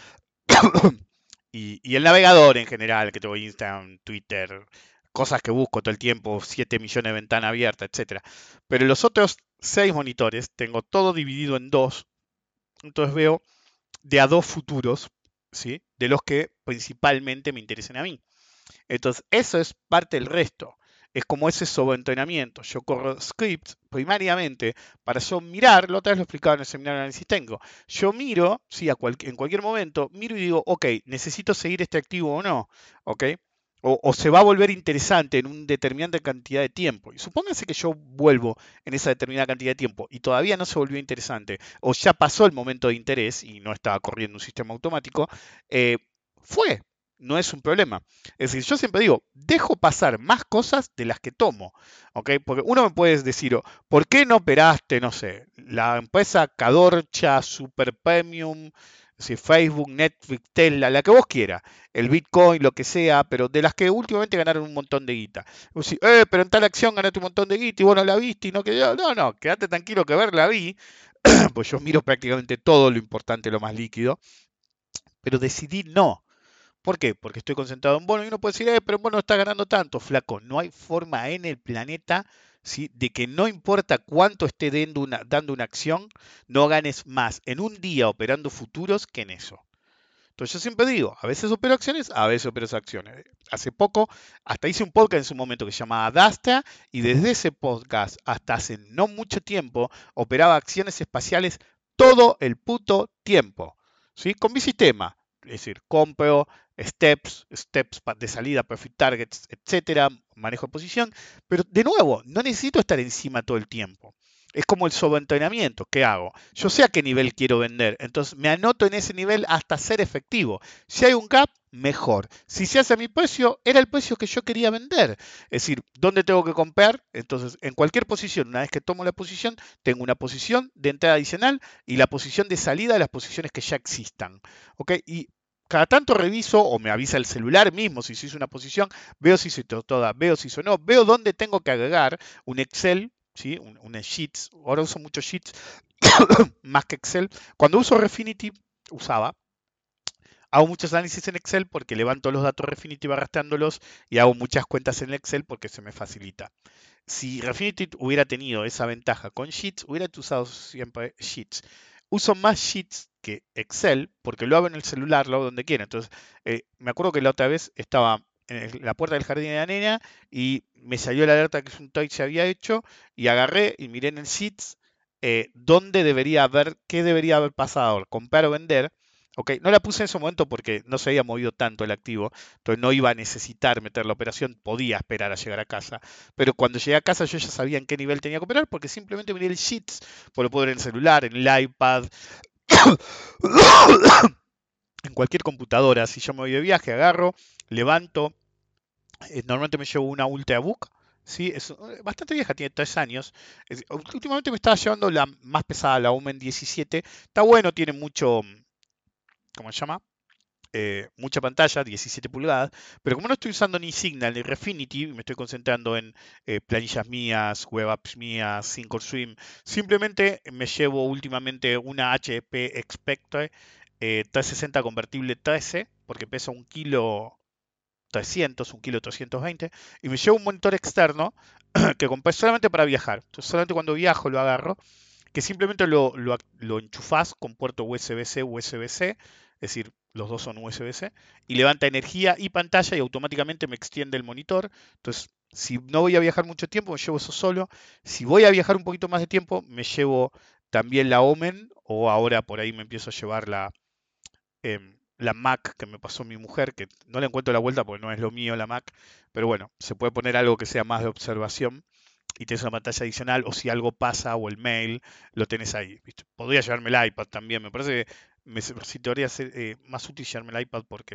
y, y el navegador en general, que tengo Instagram, Twitter, cosas que busco todo el tiempo, siete millones de ventanas abiertas, etcétera. Pero en los otros seis monitores tengo todo dividido en dos, entonces veo de a dos futuros, ¿sí? De los que principalmente me interesen a mí. Entonces, eso es parte del resto. Es como ese sobreentrenamiento. Yo corro scripts primariamente para yo mirar, la otra vez lo explicaba en el seminario de análisis tengo. Yo miro, sí, a cual, en cualquier momento, miro y digo, ok, necesito seguir este activo o no, ok. O, o se va a volver interesante en una determinada cantidad de tiempo. Y supónganse que yo vuelvo en esa determinada cantidad de tiempo y todavía no se volvió interesante, o ya pasó el momento de interés y no estaba corriendo un sistema automático, eh, fue, no es un problema. Es decir, yo siempre digo, dejo pasar más cosas de las que tomo, ¿ok? Porque uno me puede decir, oh, ¿por qué no operaste, no sé, la empresa Cadorcha, Super Premium, si Facebook, Netflix, Tesla, la que vos quieras, el Bitcoin, lo que sea, pero de las que últimamente ganaron un montón de guita? Vos decís, eh, pero en tal acción ganaste un montón de guita y vos no la viste y no que yo, no, no, quédate tranquilo que ver la vi, pues yo miro prácticamente todo lo importante, lo más líquido, pero decidí no. ¿Por qué? Porque estoy concentrado en bono y uno puede decir, eh, pero en bono está ganando tanto, flaco. No hay forma en el planeta, ¿sí?, de que no importa cuánto esté dando una, dando una acción, no ganes más en un día operando futuros que en eso. Entonces yo siempre digo, a veces opero acciones, a veces opero acciones. Hace poco, hasta hice un podcast en su momento que se llamaba Dasta, y desde ese podcast hasta hace no mucho tiempo, operaba acciones espaciales todo el puto tiempo, ¿sí? Con mi sistema. Es decir, compro, steps, steps de salida, profit targets, etcétera, manejo de posición. Pero de nuevo, no necesito estar encima todo el tiempo. Es como el sobreentrenamiento. ¿Qué hago? Yo sé a qué nivel quiero vender, entonces me anoto en ese nivel hasta ser efectivo. Si hay un gap, mejor. Si se hace a mi precio, era el precio que yo quería vender. Es decir, ¿dónde tengo que comprar? Entonces, en cualquier posición, una vez que tomo la posición, tengo una posición de entrada adicional y la posición de salida de las posiciones que ya existan. ¿Ok? Y cada tanto reviso o me avisa el celular mismo si se hizo una posición, veo si se hizo toda, veo si hizo no, veo dónde tengo que agregar un Excel, ¿sí? un, un Sheets. Ahora uso muchos Sheets más que Excel. Cuando uso Refinity, usaba, hago muchos análisis en Excel porque levanto los datos Refinity arrastrándolos y hago muchas cuentas en Excel porque se me facilita. Si Refinity hubiera tenido esa ventaja con Sheets, hubiera usado siempre Sheets. Uso más Sheets que Excel porque lo hago en el celular, lo hago donde quiera. Entonces, eh, me acuerdo que la otra vez estaba en la puerta del jardín de la nena y me salió la alerta que un trade se había hecho y agarré y miré en el Sheets eh, dónde debería haber, qué debería haber pasado, comprar o vender. Okay, no la puse en ese momento porque no se había movido tanto el activo, entonces no iba a necesitar meter la operación, podía esperar a llegar a casa. Pero cuando llegué a casa yo ya sabía en qué nivel tenía que operar porque simplemente miré el Sheets, por lo puedo ver en el celular, en el iPad, en cualquier computadora. Si yo me voy de viaje, agarro, levanto, eh, normalmente me llevo una Ultrabook. Sí, es bastante vieja, tiene tres años. Es, últimamente me estaba llevando la más pesada, la Omen diecisiete. Está bueno, tiene mucho, ¿cómo se llama? Eh, mucha pantalla, diecisiete pulgadas, pero como no estoy usando ni Signal ni Refinity, me estoy concentrando en eh, planillas mías, web apps mías, Thinkorswim, simplemente me llevo últimamente una H P Spectre eh, trescientos sesenta convertible trece, porque pesa un kilo trescientos, un kilo trescientos veinte, y me llevo un monitor externo que compré solamente para viajar. Entonces solamente cuando viajo lo agarro, que simplemente lo, lo, lo enchufás con puerto U S B-C, U S B-C, es decir, los dos son U S B-C, y levanta energía y pantalla y automáticamente me extiende el monitor. Entonces, si no voy a viajar mucho tiempo, me llevo eso solo. Si voy a viajar un poquito más de tiempo, me llevo también la Omen o ahora por ahí me empiezo a llevar la, em, la Mac que me pasó mi mujer, que no le encuentro la vuelta porque no es lo mío la Mac, pero bueno, se puede poner algo que sea más de observación y tienes una pantalla adicional, o si algo pasa o el mail, lo tenés ahí. ¿Viste? Podría llevarme el iPad también, me parece que me resultaría ser eh, más útil llevarme el iPad porque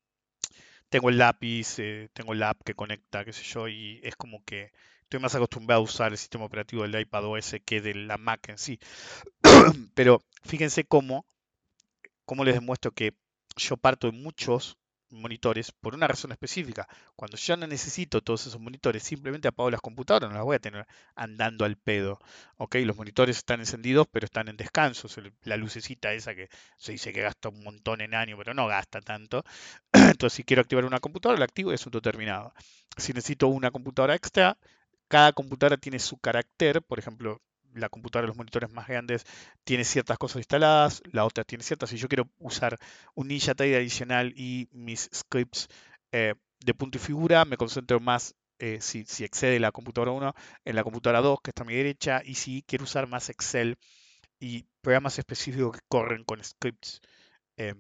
tengo el lápiz, eh, tengo la app que conecta, qué sé yo, y es como que estoy más acostumbrado a usar el sistema operativo del iPad O S que de la Mac en sí. Pero fíjense cómo, cómo les demuestro que yo parto de muchos monitores por una razón específica. Cuando yo no necesito todos esos monitores, simplemente apago las computadoras, no las voy a tener andando al pedo. ¿Ok? Los monitores están encendidos, pero están en descanso. Se le- La lucecita esa que se dice que gasta un montón en año, pero no gasta tanto. Entonces, si quiero activar una computadora, la activo y es un terminado. Si necesito una computadora extra, cada computadora tiene su carácter. Por ejemplo, la computadora de los monitores más grandes tiene ciertas cosas instaladas, la otra tiene ciertas. Si yo quiero usar un Ninja Tidy adicional y mis scripts eh, de punto y figura, me concentro más, eh, si, si excede la computadora uno, en la computadora dos, que está a mi derecha, y si quiero usar más Excel y programas específicos que corren con scripts eh,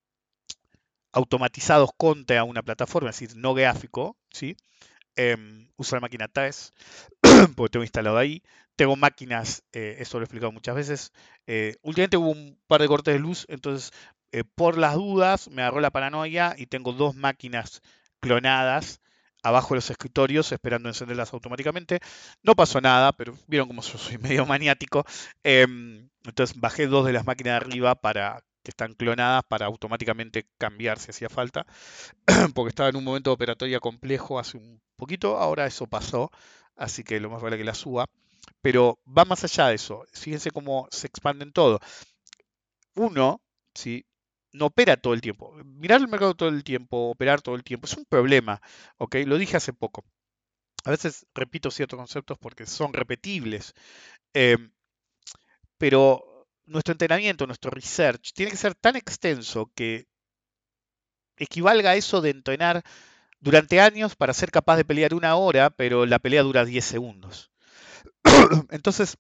automatizados contra una plataforma, es decir, no gráfico, ¿sí? Em, uso la máquina TAES porque tengo instalado ahí. Tengo máquinas, eh, eso lo he explicado muchas veces. Eh, últimamente hubo un par de cortes de luz, entonces eh, por las dudas me agarró la paranoia y tengo dos máquinas clonadas abajo de los escritorios esperando encenderlas automáticamente. No pasó nada, pero vieron como yo soy medio maniático. Em, entonces bajé dos de las máquinas de arriba para que están clonadas para automáticamente cambiar si hacía falta, porque estaba en un momento de operatoria complejo hace un poquito, ahora eso pasó, así que lo más vale que la suba. Pero va más allá de eso. Fíjense cómo se expanden todo. Uno, ¿sí? No opera todo el tiempo. Mirar el mercado todo el tiempo, operar todo el tiempo, es un problema. ¿Ok? Lo dije hace poco. A veces repito ciertos conceptos porque son repetibles. eh, pero nuestro entrenamiento, nuestro research, tiene que ser tan extenso que equivalga a eso de entrenar durante años para ser capaz de pelear una hora, pero la pelea dura diez segundos. Entonces,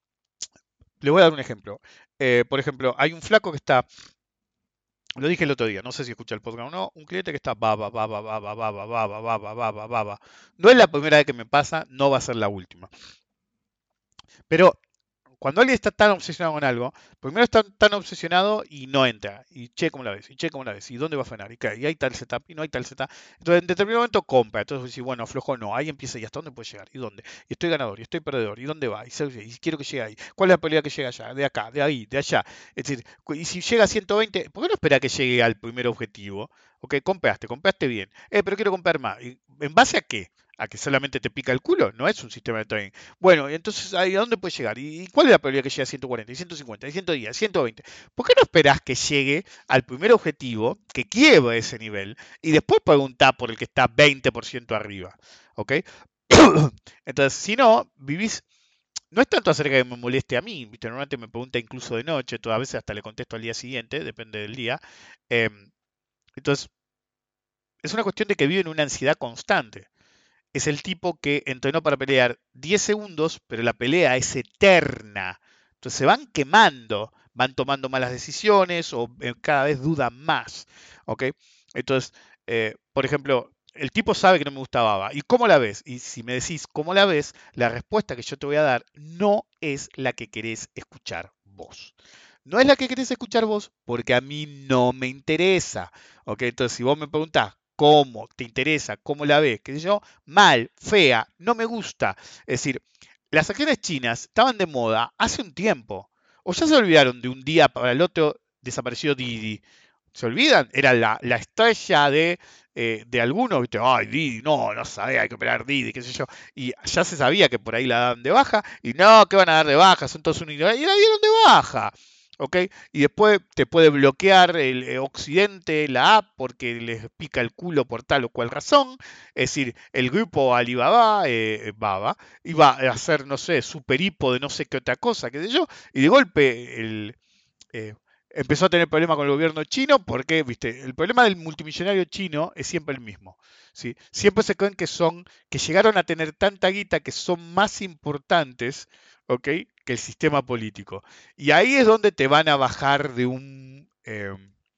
le voy a dar un ejemplo. Eh, por ejemplo, hay un flaco que está, lo dije el otro día, no sé si escucha el podcast o no, un cliente que está baba, baba, baba, baba, baba, baba, baba, baba. No es la primera vez que me pasa, no va a ser la última. Pero cuando alguien está tan obsesionado con algo, primero está tan obsesionado y no entra. Y che, ¿cómo la ves? Y che, ¿cómo la ves? ¿Y dónde va a frenar? Y, cae, y hay tal setup y no hay tal setup. Entonces, en determinado momento compra. Entonces, si bueno, aflojo no. Ahí empieza. ¿Y hasta dónde puede llegar? ¿Y dónde? Y estoy ganador. ¿Y estoy perdedor? ¿Y dónde va? ¿Y, se- y quiero que llegue ahí? ¿Cuál es la pelea que llega allá? De acá, de ahí, de allá. Es decir, cu- y si llega a ciento veinte, ¿por qué no espera que llegue al primer objetivo? Ok, compraste, compraste bien. Eh, pero quiero comprar más. ¿Y ¿En base a qué? ¿A que solamente te pica el culo? No es un sistema de trading. Bueno, y entonces, ¿ahí ¿a dónde puede llegar? ¿Y cuál es la probabilidad que llegue a ciento cuarenta, y ciento cincuenta, y ciento diez, ciento veinte? ¿Por qué no esperás que llegue al primer objetivo, que quiebre ese nivel, y después preguntá por el que está veinte por ciento arriba? ¿Ok? Entonces, si no, vivís. No es tanto acerca de que me moleste a mí, ¿viste? Normalmente me pregunta incluso de noche, todas veces hasta le contesto al día siguiente, depende del día. Em, entonces, es una cuestión de que vive en una ansiedad constante. Es el tipo que entrenó para pelear diez segundos, pero la pelea es eterna. Entonces se van quemando, van tomando malas decisiones o eh, cada vez dudan más. ¿Ok? Entonces, eh, por ejemplo, el tipo sabe que no me gusta Baba. ¿Y cómo la ves? Y si me decís cómo la ves, la respuesta que yo te voy a dar no es la que querés escuchar vos. No es la que querés escuchar vos porque a mí no me interesa. ¿Ok? Entonces, si vos me preguntás cómo te interesa, cómo la ves, qué sé yo, mal, fea, no me gusta. Es decir, las acciones chinas estaban de moda hace un tiempo. O ya se olvidaron de un día para el otro desapareció Didi. ¿Se olvidan? Era la, la estrella de, eh, de algunos, ¿viste? Ay, Didi, no, no sabía, hay que operar Didi, qué sé yo. Y ya se sabía que por ahí la daban de baja. Y no, que van a dar de baja, son todos unidos. Y la dieron de baja. ¿Ok? Y después te puede bloquear el eh, Occidente, la app, porque les pica el culo por tal o cual razón. Es decir, el grupo Alibaba, eh, Baba, iba a hacer, no sé, super hipo de no sé qué otra cosa, qué sé yo, y de golpe el, eh, empezó a tener problemas con el gobierno chino porque, viste, el problema del multimillonario chino es siempre el mismo, ¿sí? Siempre se creen que son, que llegaron a tener tanta guita que son más importantes, ¿ok? Que el sistema político. Y ahí es donde te van a bajar de un, eh,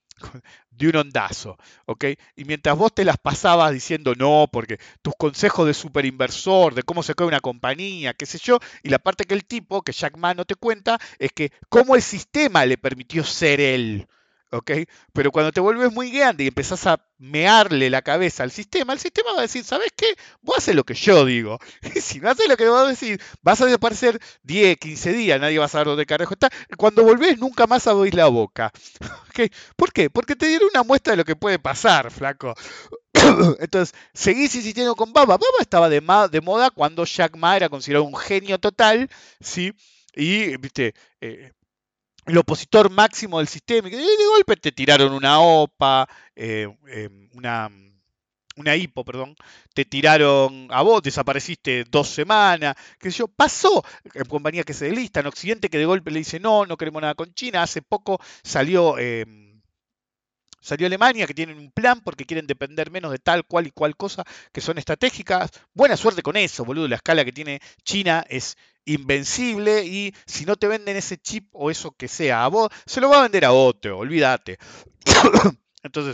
de un ondazo, ¿ok? Y mientras vos te las pasabas diciendo no, porque tus consejos de superinversor, de cómo se crea una compañía, qué sé yo, y la parte que el tipo, que Jack Ma no te cuenta, es que cómo el sistema le permitió ser él, ¿ok? Pero cuando te vuelves muy grande y empezás a mearle la cabeza al sistema, el sistema va a decir, ¿sabes qué? Vos haces lo que yo digo. Y si no haces lo que vos decís, vas a desaparecer diez, quince días, nadie va a saber dónde carajo está. Cuando volvés, nunca más abrís la boca. ¿Ok? ¿Por qué? Porque te dieron una muestra de lo que puede pasar, flaco. Entonces, seguís insistiendo con Baba. Baba estaba de, ma- de moda cuando Jack Ma era considerado un genio total, ¿sí? Y, viste, eh, el opositor máximo del sistema. Y de golpe te tiraron una OPA, eh, eh, una, una hipo, perdón, te tiraron a vos, desapareciste dos semanas, qué sé yo, pasó en compañías que se delistan, Occidente que de golpe le dice no, no queremos nada con China, hace poco salió... Eh, Salió Alemania, que tienen un plan porque quieren depender menos de tal, cual y cual cosa, que son estratégicas. Buena suerte con eso, boludo. La escala que tiene China es invencible y si no te venden ese chip o eso que sea a vos, se lo va a vender a otro, olvídate. Entonces,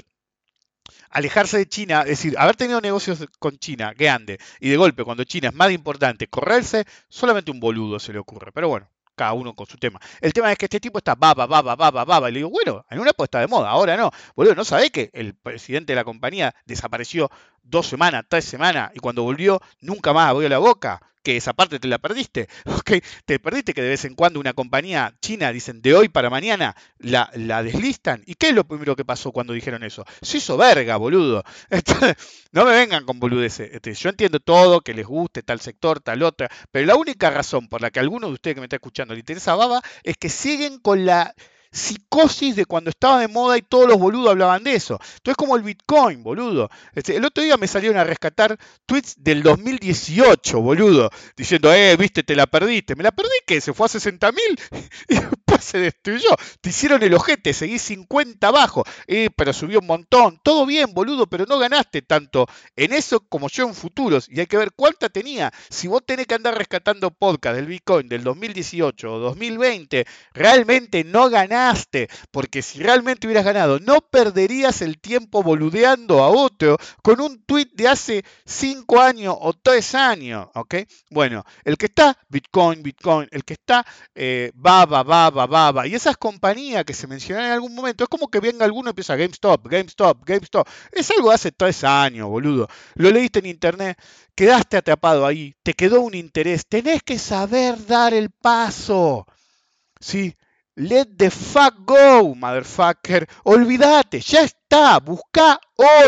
alejarse de China, es decir, haber tenido negocios con China grande y de golpe cuando China es más importante, correrse, solamente un boludo se le ocurre. Pero bueno, cada uno con su tema. El tema es que este tipo está baba, baba, baba, baba. Y le digo, bueno, en una época está de moda, ahora no. Boludo, ¿no sabés que el presidente de la compañía desapareció dos semanas, tres semanas y cuando volvió nunca más abrió la boca? Que esa parte te la perdiste. ¿Ok? Te perdiste que de vez en cuando una compañía china, dicen, de hoy para mañana, la, la deslistan. ¿Y qué es lo primero que pasó cuando dijeron eso? Se hizo verga, boludo. Entonces, no me vengan con boludeces. Este, yo entiendo todo, que les guste tal sector, tal otra, pero la única razón por la que a alguno de ustedes que me está escuchando le interesa Baba es que siguen con la psicosis de cuando estaba de moda y todos los boludos hablaban de eso. Entonces, como el Bitcoin, boludo. Este, el otro día me salieron a rescatar tweets del dos mil dieciocho, boludo, diciendo, eh, viste, te la perdiste. ¿Me la perdí qué? ¿Se fue a sesenta mil? Y después se destruyó. Te hicieron el ojete, seguís cincuenta abajo. Eh, pero subió un montón. Todo bien, boludo, pero no ganaste tanto en eso como yo en futuros. Y hay que ver cuánta tenía. Si vos tenés que andar rescatando podcast del Bitcoin del dos mil dieciocho o dos mil veinte, realmente no ganaste. Porque si realmente hubieras ganado, no perderías el tiempo boludeando a otro con un tweet de hace cinco años o tres años. ¿Ok? Bueno, el que está, Bitcoin, Bitcoin. El que está, eh, Baba, Baba, Baba. Y esas compañías que se mencionan en algún momento, es como que venga alguno y empieza GameStop, GameStop, GameStop. Es algo de hace tres años, boludo. Lo leíste en internet, quedaste atrapado ahí, te quedó un interés. Tenés que saber dar el paso. ¿Sí? Let the fuck go, motherfucker. Olvídate, ya está, busca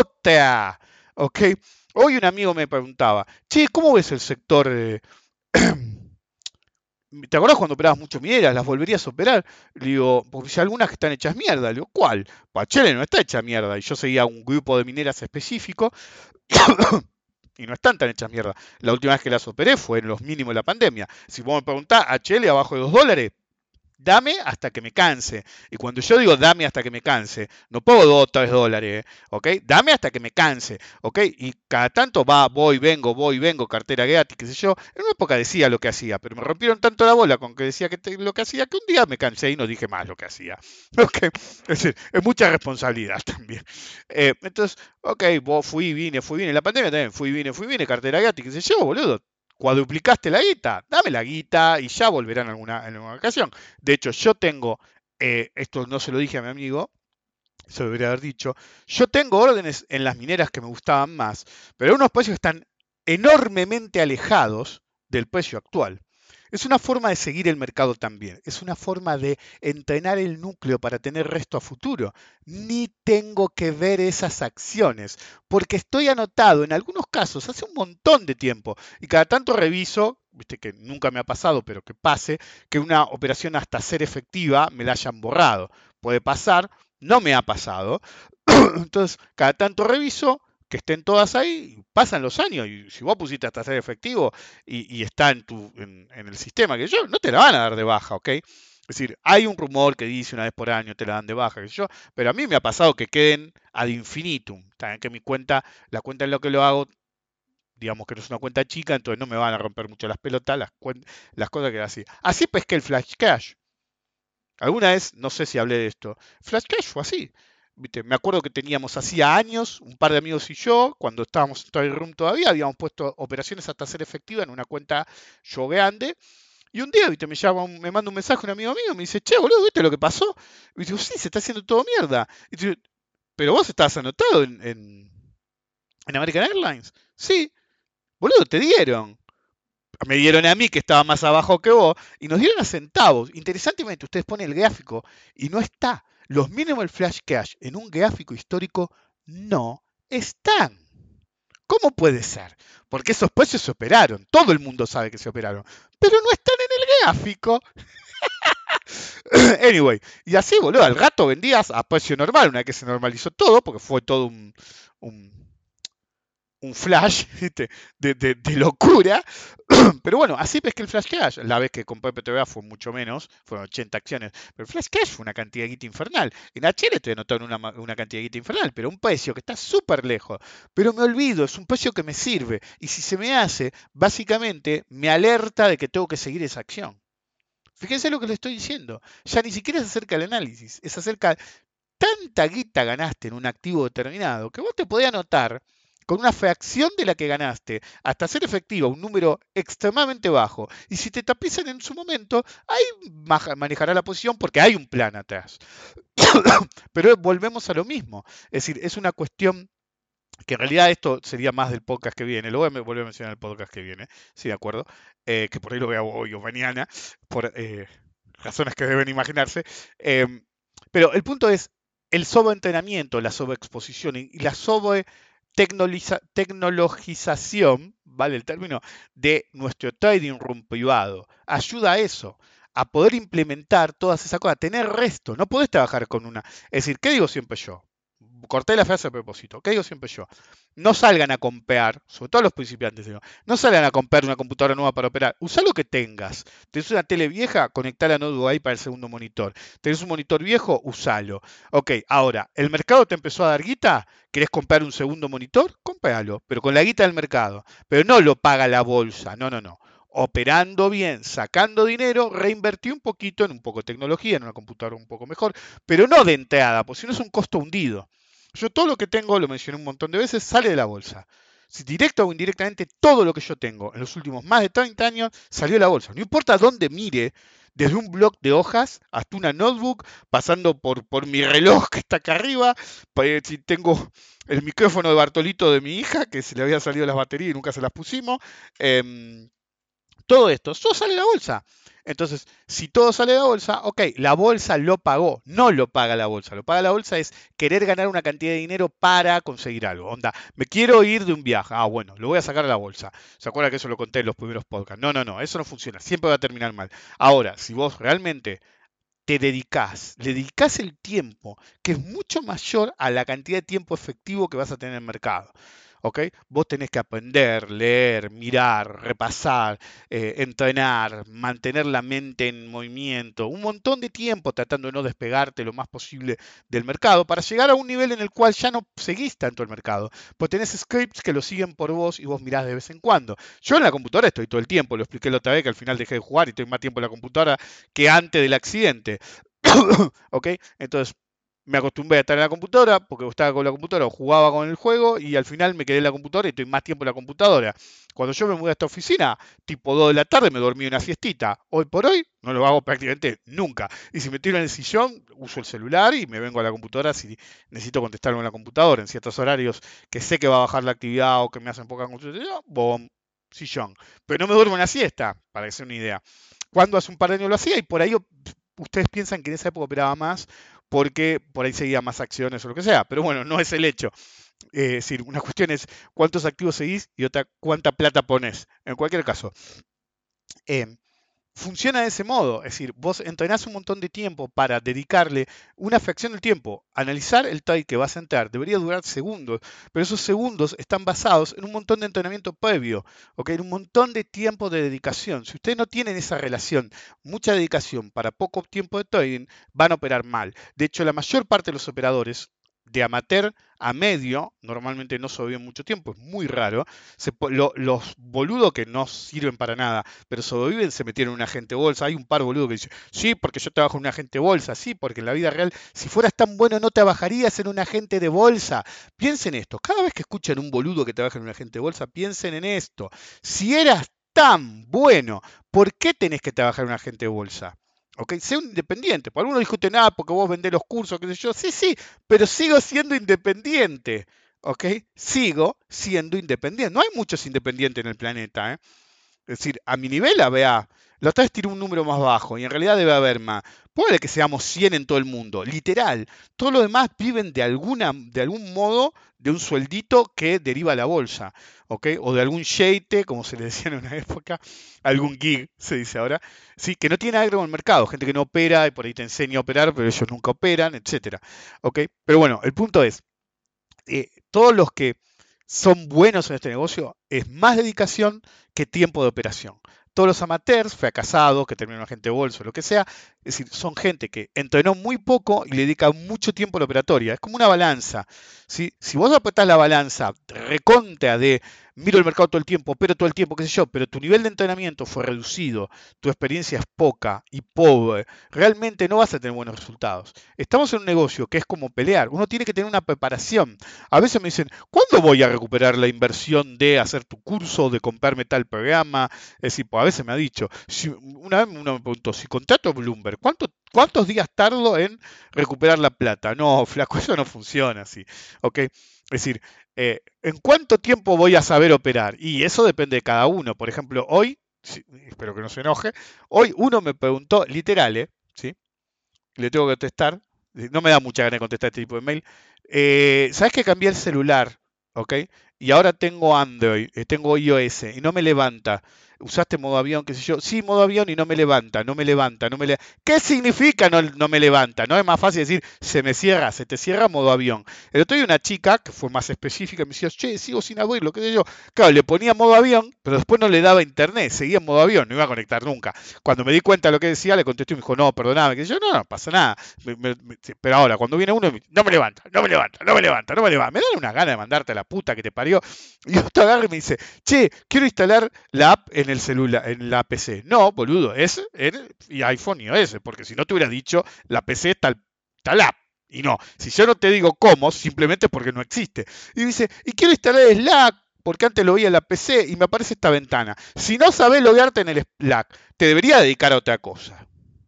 otra. ¿Ok? Hoy un amigo me preguntaba, che, ¿cómo ves el sector? Eh, ¿Te acordás cuando operabas mucho mineras? ¿Las volverías a operar? Le digo, porque si algunas que están hechas mierda. Le digo, ¿cuál? Pachele no está hecha mierda. Y yo seguía un grupo de mineras específico y no están tan hechas mierda. La última vez que las operé fue en los mínimos de la pandemia. Si vos me preguntás, H L abajo de dos dólares, dame hasta que me canse. Y cuando yo digo dame hasta que me canse, no pongo dos o tres dólares, ¿ok? Dame hasta que me canse, ¿ok? Y cada tanto va, voy, vengo, voy, vengo, cartera gratis, qué sé yo. En una época decía lo que hacía, pero me rompieron tanto la bola con que decía que te- lo que hacía, que un día me cansé y no dije más lo que hacía. ¿Ok? Es decir, es mucha responsabilidad también. Eh, entonces, ok, vos fui, vine, fui, vine. En la pandemia también fui, vine, fui, vine, cartera gratis, qué sé yo, boludo. Cuadruplicaste la guita, dame la guita y ya volverán en alguna, en alguna ocasión. De hecho, yo tengo, eh, esto no se lo dije a mi amigo, se lo debería haber dicho, yo tengo órdenes en las mineras que me gustaban más, pero unos precios están enormemente alejados del precio actual. Es una forma de seguir el mercado también, es una forma de entrenar el núcleo para tener resto a futuro. Ni tengo que ver esas acciones, porque estoy anotado en algunos casos hace un montón de tiempo y cada tanto reviso, viste que nunca me ha pasado, pero que pase, que una operación hasta ser efectiva me la hayan borrado. Puede pasar, no me ha pasado. Entonces, cada tanto reviso que estén todas ahí, pasan los años y si vos pusiste hasta ser efectivo y, y está en, tu, en, en el sistema que yo, no te la van a dar de baja, ¿ok? Es decir, hay un rumor que dice una vez por año te la dan de baja, qué sé yo, pero a mí me ha pasado que queden ad infinitum. También que mi cuenta, la cuenta en lo que lo hago, digamos que no es una cuenta chica, entonces no me van a romper mucho las pelotas, las, las cosas que así. Así pesqué el Flash Cash. Alguna vez, no sé si hablé de esto, Flash Cash fue así. ¿Viste? Me acuerdo que teníamos hacía años, un par de amigos y yo, cuando estábamos en Toy Room todavía, habíamos puesto operaciones hasta ser efectiva en una cuenta yo grande. Y un día, ¿viste? Me llama, un- me manda un mensaje un amigo mío, me dice, che, boludo, ¿viste lo que pasó? Y digo, sí, se está haciendo todo mierda. Y dice, pero vos estabas anotado en, en, en American Airlines. Sí, boludo, te dieron. Me dieron a mí que estaba más abajo que vos y nos dieron a centavos. Interesantemente, ustedes ponen el gráfico y no está. Los minimal flash cash en un gráfico histórico no están. ¿Cómo puede ser? Porque esos precios se operaron. Todo el mundo sabe que se operaron. Pero no están en el gráfico. Anyway, y así, boludo, al rato vendías a precio normal, una vez que se normalizó todo, porque fue todo un, un, un flash ¿viste? De, de, de locura. Pero bueno, así ves que el Flash Cash, la vez que compré P T V A fue mucho menos, fueron ochenta acciones, pero el Flash Cash fue una cantidad de guita infernal. En H L estoy anotando una, una cantidad de guita infernal, pero un precio que está súper lejos. Pero me olvido, es un precio que me sirve. Y si se me hace, básicamente me alerta de que tengo que seguir esa acción. Fíjense lo que le estoy diciendo. Ya ni siquiera es acerca del análisis, es acerca tanta guita ganaste en un activo determinado que vos te podés anotar con una fracción de la que ganaste hasta ser efectiva, un número extremadamente bajo. Y si te tapizan en su momento, ahí manejará la posición porque hay un plan atrás. Pero volvemos a lo mismo. Es decir, es una cuestión que en realidad esto sería más del podcast que viene. Lo voy a volver a mencionar en el podcast que viene, sí, de acuerdo. Eh, que por ahí lo veo hoy o mañana, por eh, razones que deben imaginarse. Eh, pero el punto es el sobreentrenamiento, la sobreexposición y la sobre tecnologización, ¿vale? El término de nuestro trading room privado. Ayuda a eso, a poder implementar todas esas cosas, tener resto. No podés trabajar con una. Es decir, ¿qué digo siempre yo? Corté la frase a propósito. ¿Qué digo siempre yo? No salgan a comprar, sobre todo los principiantes, digo, no salgan a comprar una computadora nueva para operar. Usa lo que tengas. Tenés una tele vieja, conectá la notebook ahí para el segundo monitor. Tenés un monitor viejo, usalo. Ok, ahora, ¿el mercado te empezó a dar guita? ¿Querés comprar un segundo monitor? Cómpralo, pero con la guita del mercado. Pero no lo paga la bolsa, no, no, no. Operando bien, sacando dinero, reinvertí un poquito en un poco de tecnología, en una computadora un poco mejor, pero no de entrada, porque si no es un costo hundido. Yo todo lo que tengo, lo mencioné un montón de veces, sale de la bolsa. Si directo o indirectamente, todo lo que yo tengo en los últimos más de treinta años salió de la bolsa. No importa dónde mire, desde un bloc de hojas hasta una notebook, pasando por, por mi reloj que está acá arriba, si tengo el micrófono de Bartolito de mi hija, que se le había salido las baterías y nunca se las pusimos. Eh, todo esto, todo sale de la bolsa. Entonces, si todo sale de la bolsa, ok, la bolsa lo pagó, no lo paga la bolsa. Lo paga la bolsa es querer ganar una cantidad de dinero para conseguir algo. Onda, me quiero ir de un viaje. Ah, bueno, lo voy a sacar a la bolsa. ¿Se acuerda que eso lo conté en los primeros podcasts? No, no, no, eso no funciona. Siempre va a terminar mal. Ahora, si vos realmente te dedicás, le dedicás el tiempo, que es mucho mayor a la cantidad de tiempo efectivo que vas a tener en el mercado. ¿Ok? Vos tenés que aprender, leer, mirar, repasar, eh, entrenar, mantener la mente en movimiento, un montón de tiempo tratando de no despegarte lo más posible del mercado para llegar a un nivel en el cual ya no seguís tanto el mercado. Pues tenés scripts que lo siguen por vos y vos mirás de vez en cuando. Yo en la computadora estoy todo el tiempo, lo expliqué la otra vez que al final dejé de jugar y estoy más tiempo en la computadora que antes del accidente. ¿Ok? Entonces, me acostumbré a estar en la computadora porque estaba con la computadora o jugaba con el juego y al final me quedé en la computadora y estoy más tiempo en la computadora. Cuando yo me mudé a esta oficina, tipo dos de la tarde, me dormí una siestita. Hoy por hoy no lo hago prácticamente nunca. Y si me tiro en el sillón, uso el celular y me vengo a la computadora si necesito contestarlo en la computadora en ciertos horarios que sé que va a bajar la actividad o que me hacen poca consulta. Bom, sillón. Pero no me duermo en la siesta, para que sea una idea. Cuando hace un par de años lo hacía y por ahí ustedes piensan que en esa época operaba más porque por ahí seguía más acciones o lo que sea, pero bueno, no es el hecho. Eh, es decir, una cuestión es cuántos activos seguís y otra cuánta plata pones. En cualquier caso, eh, funciona de ese modo. Es decir, vos entrenás un montón de tiempo para dedicarle una fracción del tiempo. Analizar el trade que vas a entrar debería durar segundos, pero esos segundos están basados en un montón de entrenamiento previo, ¿ok? En un montón de tiempo de dedicación. Si ustedes no tienen esa relación, mucha dedicación para poco tiempo de trading, van a operar mal. De hecho, la mayor parte de los operadores de amateur a medio, normalmente no sobreviven mucho tiempo, es muy raro. Se, lo, los boludos que no sirven para nada, pero sobreviven, se metieron en un agente bolsa. Hay un par boludos que dicen, sí, porque yo trabajo en un agente bolsa, sí, porque en la vida real, si fueras tan bueno, no trabajarías en un agente de bolsa. Piensen esto, cada vez que escuchan un boludo que trabaja en un agente de bolsa, piensen en esto. Si eras tan bueno, ¿por qué tenés que trabajar en un agente de bolsa? ¿Ok? Sé un independiente. Por algunos discuten, nada porque vos vendés los cursos, qué sé yo. Sí, sí, pero sigo siendo independiente. ¿Ok? Sigo siendo independiente. No hay muchos independientes en el planeta, ¿eh? Es decir, a mi nivel, a B A, la otra vez tiré un número más bajo y en realidad debe haber más. Puede que seamos cien en todo el mundo, literal. Todos los demás viven de, alguna, de algún modo de un sueldito que deriva a la bolsa, ¿ok? O de algún sheite, como se le decía en una época, algún gig, se dice ahora, ¿sí? Que no tiene nada que ver con el mercado, gente que no opera y por ahí te enseña a operar, pero ellos nunca operan, etcétera, ¿ok? Pero bueno, el punto es, eh, todos los que son buenos en este negocio es más dedicación que tiempo de operación. Todos los amateurs, fracasados, que terminan en agente bolso, lo que sea, es decir, son gente que entrenó muy poco y le dedica mucho tiempo a la operatoria. Es como una balanza. ¿Sí? Si vos apretás la balanza recontra de miro el mercado todo el tiempo, pero todo el tiempo, qué sé yo, pero tu nivel de entrenamiento fue reducido, tu experiencia es poca y pobre, realmente no vas a tener buenos resultados. Estamos en un negocio que es como pelear, uno tiene que tener una preparación. A veces me dicen, ¿cuándo voy a recuperar la inversión de hacer tu curso, de comprarme tal programa? Es decir, pues a veces me ha dicho, si, una vez uno me preguntó, si contrato Bloomberg, ¿cuánto, ¿cuántos días tardo en recuperar la plata? No, flaco, eso no funciona así. ¿Ok? Es decir, eh, ¿en cuánto tiempo voy a saber operar? Y eso depende de cada uno. Por ejemplo, hoy, sí, espero que no se enoje, hoy uno me preguntó, literal, ¿eh? ¿Sí? Le tengo que contestar, no me da mucha gana de contestar este tipo de mail. Eh, ¿Sabes que cambié el celular? ¿Ok? Y ahora tengo Android, eh, tengo iOS y no me levanta. Usaste modo avión, qué sé yo. Sí, modo avión y no me levanta, no me levanta, no me le... ¿Qué significa no, no me levanta? No es más fácil decir, se me cierra, se te cierra modo avión. El otro día una chica, que fue más específica, me decía, che, sigo sin abrirlo, qué sé yo. Claro, le ponía modo avión, pero después no le daba internet, seguía en modo avión, no iba a conectar nunca. Cuando me di cuenta de lo que decía, le contesté y me dijo, no, perdóname, que yo, no, no pasa nada. Me, me, me, pero ahora, cuando viene uno, no me levanta, no me levanta, no me levanta, no me levanta. Me dan una gana de mandarte a la puta que te parió. Y otro agarra y me dice, che, quiero instalar la app en el celular, en la P C. No, boludo, es en y iPhone iOS, porque si no te hubiera dicho, la P C está, está la app. Y no, si yo no te digo cómo, simplemente es porque no existe. Y dice, y quiero instalar Slack, porque antes lo veía en la P C y me aparece esta ventana. Si no sabes loguearte en el Slack, te debería dedicar a otra cosa.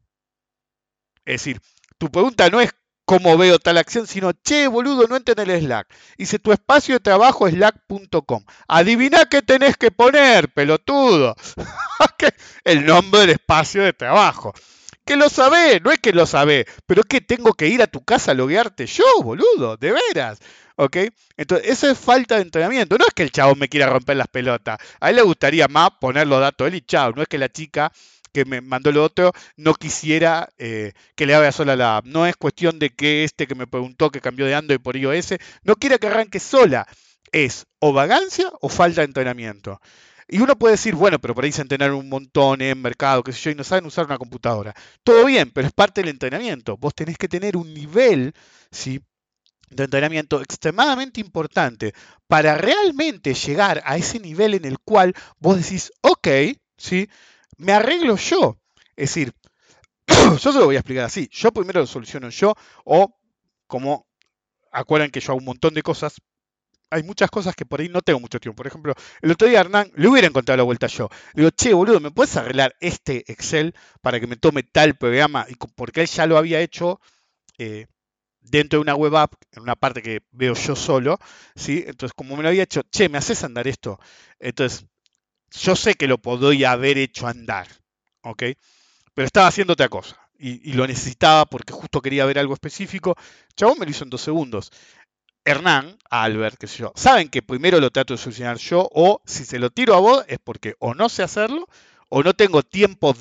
Es decir, tu pregunta no es cómo veo tal acción, sino, che, boludo, no entra en el Slack. Dice, tu espacio de trabajo es slack punto com. Adivina qué tenés que poner, pelotudo. El nombre del espacio de trabajo. Que lo sabés, no es que lo sabés, pero es que tengo que ir a tu casa a loguearte yo, boludo, de veras. ¿Ok? Entonces, eso es falta de entrenamiento. No es que el chabón me quiera romper las pelotas. A él le gustaría más poner los datos él y chao. No es que la chica que me mandó lo otro no quisiera eh, que le haga sola la app. No es cuestión de que este que me preguntó que cambió de Android por iOS no quiera que arranque sola. Es o vagancia o falta de entrenamiento. Y uno puede decir, bueno, pero por ahí se entrenaron un montón en mercado, qué sé yo, y no saben usar una computadora. Todo bien, pero es parte del entrenamiento. Vos tenés que tener un nivel, ¿sí?, de entrenamiento extremadamente importante para realmente llegar a ese nivel en el cual vos decís, ok, ¿sí?, me arreglo yo. Es decir, yo se lo voy a explicar así. Yo primero lo soluciono yo, o como acuerdan que yo hago un montón de cosas, hay muchas cosas que por ahí no tengo mucho tiempo. Por ejemplo, el otro día a Hernán le hubiera encontrado la vuelta yo. Le digo, che, boludo, ¿me puedes arreglar este Excel para que me tome tal programa? Y porque él ya lo había hecho eh, dentro de una web app, en una parte que veo yo solo, ¿sí? Entonces, como me lo había hecho, che, ¿me haces andar esto? Entonces, yo sé que lo podría haber hecho andar, ¿ok? Pero estaba haciendo otra cosa. Y, y lo necesitaba porque justo quería ver algo específico. Chabón me lo hizo en dos segundos. Hernán, a Albert, qué sé yo, saben que primero lo trato de solucionar yo, o si se lo tiro a vos es porque o no sé hacerlo, o no tengo tiempo de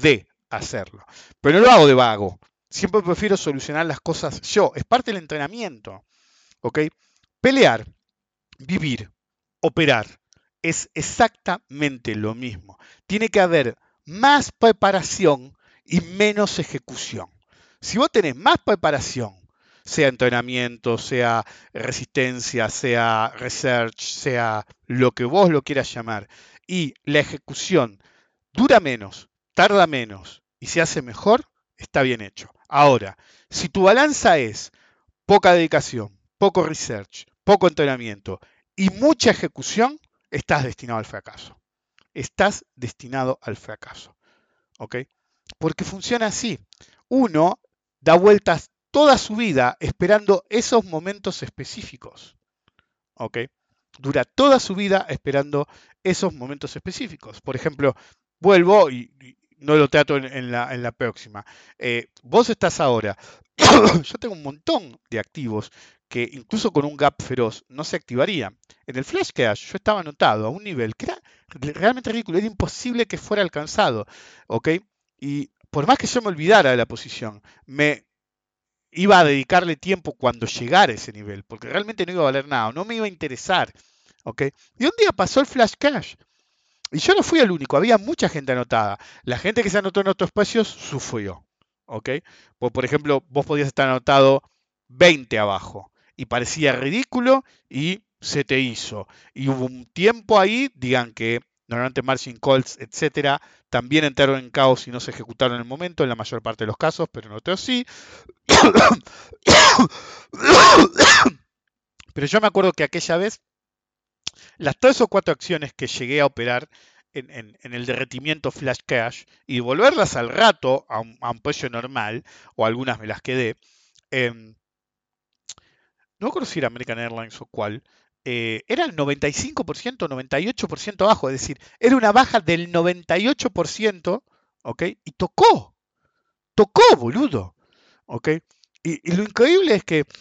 hacerlo. Pero no lo hago de vago. Siempre prefiero solucionar las cosas yo. Es parte del entrenamiento. ¿Ok? Pelear, vivir, operar. Es exactamente lo mismo. Tiene que haber más preparación y menos ejecución. Si vos tenés más preparación, sea entrenamiento, sea resistencia, sea research, sea lo que vos lo quieras llamar, y la ejecución dura menos, tarda menos y se hace mejor, está bien hecho. Ahora, si tu balanza es poca dedicación, poco research, poco entrenamiento y mucha ejecución, estás destinado al fracaso. Estás destinado al fracaso. ¿Ok? Porque funciona así. Uno da vueltas toda su vida esperando esos momentos específicos. ¿Ok? Dura toda su vida esperando esos momentos específicos. Por ejemplo, vuelvo y, y no lo trato en, en, la, en la próxima. Eh, vos estás ahora. Yo tengo un montón de activos que incluso con un gap feroz no se activarían. En el flash cash yo estaba anotado a un nivel que era realmente ridículo, era imposible que fuera alcanzado. ¿Ok? Y por más que yo me olvidara de la posición, me iba a dedicarle tiempo cuando llegara a ese nivel, porque realmente no iba a valer nada, no me iba a interesar. ¿Ok? Y un día pasó el flash cash. Y yo no fui el único, había mucha gente anotada. La gente que se anotó en otros espacios sufrió. ¿Ok? Pues, por ejemplo, vos podías estar anotado veinte abajo y parecía ridículo y se te hizo. Y hubo un tiempo ahí, digan que normalmente margin calls, etcétera, también entraron en caos y no se ejecutaron en el momento, en la mayor parte de los casos, pero en otros sí. Pero yo me acuerdo que aquella vez, las tres o cuatro acciones que llegué a operar en, en, en el derretimiento flash cash y devolverlas al rato a un, a un precio normal, o algunas me las quedé, eh, no me acuerdo si era American Airlines o cuál, eh, era el noventa y cinco por ciento, noventa y ocho por ciento abajo, es decir, era una baja del noventa y ocho por ciento, ¿ok? Y tocó, tocó, boludo, ¿ok? Y, y lo increíble es que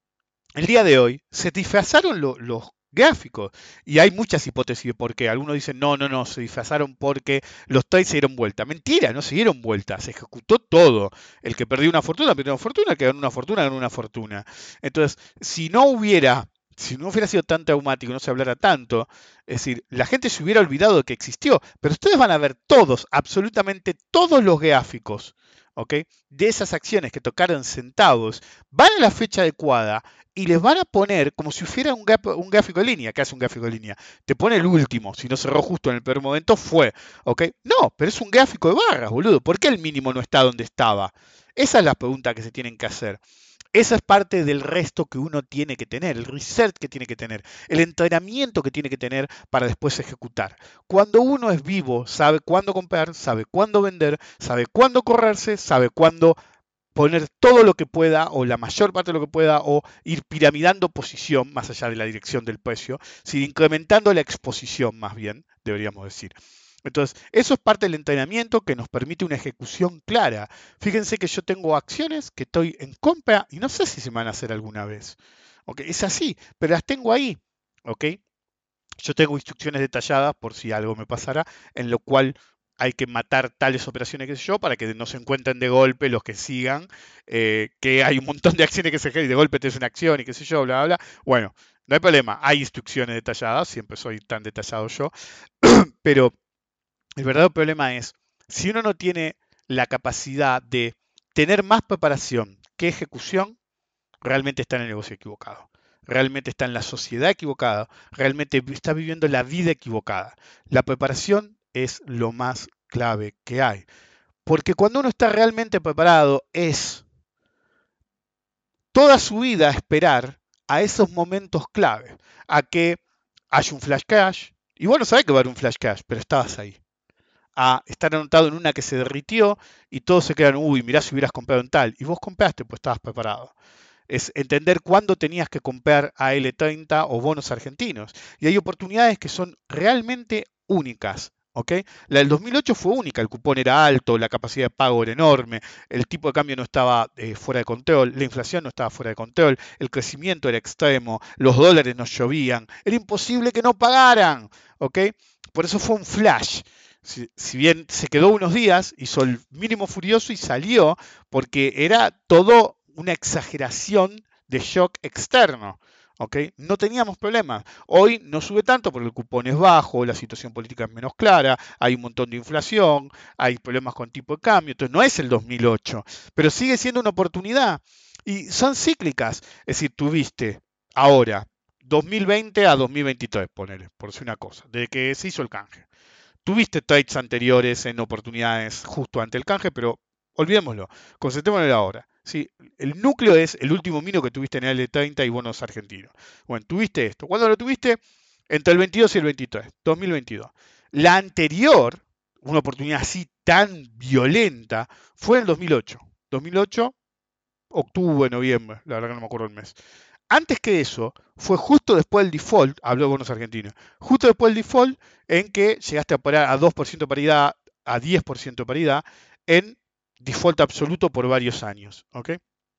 el día de hoy se disfrazaron lo, los gráficos y hay muchas hipótesis de por qué. Algunos dicen, no, no, no, se disfrazaron porque los trades se dieron vuelta. Mentira, no se dieron vuelta, se ejecutó todo. El que perdió una fortuna, perdió una fortuna, el que ganó una fortuna, ganó una fortuna. Entonces, si no hubiera... Si no hubiera sido tan traumático, no se hablara tanto, es decir, la gente se hubiera olvidado de que existió, pero ustedes van a ver todos, absolutamente todos los gráficos, ¿ok? De esas acciones que tocaron centavos, van a la fecha adecuada y les van a poner como si fuera un, gap, un gráfico de línea. ¿Qué hace un gráfico de línea? Te pone el último, si no cerró justo en el peor momento, fue, ¿ok? No, pero es un gráfico de barras, boludo. ¿Por qué el mínimo no está donde estaba? Esa es la pregunta que se tienen que hacer. Esa es parte del resto que uno tiene que tener, el research que tiene que tener, el entrenamiento que tiene que tener para después ejecutar. Cuando uno es vivo, sabe cuándo comprar, sabe cuándo vender, sabe cuándo correrse, sabe cuándo poner todo lo que pueda o la mayor parte de lo que pueda o ir piramidando posición más allá de la dirección del precio, sino incrementando la exposición más bien, deberíamos decir. Entonces, eso es parte del entrenamiento que nos permite una ejecución clara. Fíjense que yo tengo acciones que estoy en compra y no sé si se van a hacer alguna vez. ¿Okay? Es así, pero las tengo ahí. ¿Okay? Yo tengo instrucciones detalladas por si algo me pasara, en lo cual hay que matar tales operaciones, qué sé yo, para que no se encuentren de golpe los que sigan, eh, que hay un montón de acciones que se ejercen y de golpe te es una acción y qué sé yo, bla, bla, bla. Bueno, no hay problema, hay instrucciones detalladas, siempre soy tan detallado yo, pero el verdadero problema es, si uno no tiene la capacidad de tener más preparación que ejecución, realmente está en el negocio equivocado. Realmente está en la sociedad equivocada. Realmente está viviendo la vida equivocada. La preparación es lo más clave que hay. Porque cuando uno está realmente preparado es toda su vida esperar a esos momentos clave. A que haya un flash cash. Y bueno, sabés que va a haber un flash cash, pero estabas ahí. A estar anotado en una que se derritió y todos se quedan, uy, mirá si hubieras comprado en tal. Y vos compraste, pues estabas preparado. Es entender cuándo tenías que comprar A L treinta o bonos argentinos. Y hay oportunidades que son realmente únicas. ¿Ok? La del dos mil ocho fue única, el cupón era alto, la capacidad de pago era enorme, el tipo de cambio no estaba eh, fuera de control, la inflación no estaba fuera de control, el crecimiento era extremo, los dólares nos llovían, era imposible que no pagaran. ¿Ok? Por eso fue un flash. Si, si bien se quedó unos días, hizo el mínimo furioso y salió porque era todo una exageración de shock externo. ¿Ok? No teníamos problemas. Hoy no sube tanto porque el cupón es bajo, la situación política es menos clara, hay un montón de inflación, hay problemas con tipo de cambio, entonces no es el dos mil ocho, pero sigue siendo una oportunidad. Y son cíclicas, es decir, tuviste ahora dos mil veinte a dos mil veintitrés, ponele, por decir una cosa, desde que se hizo el canje. Tuviste trades anteriores en oportunidades justo ante el canje, pero olvidémoslo, concentrémonos en ahora. ¿Sí? El núcleo es el último mino que tuviste en el L treinta y bonos argentinos. Bueno, tuviste esto. ¿Cuándo lo tuviste? Entre el veintidós y el veintitrés, dos mil veintidós. La anterior, una oportunidad así tan violenta, fue en el dos mil ocho. dos mil ocho, octubre, noviembre, la verdad que no me acuerdo el mes. Antes que eso, fue justo después del default, habló de bonos argentinos, justo después del default en que llegaste a parar a dos por ciento de paridad, a diez por ciento de paridad, en default absoluto por varios años. ¿Ok?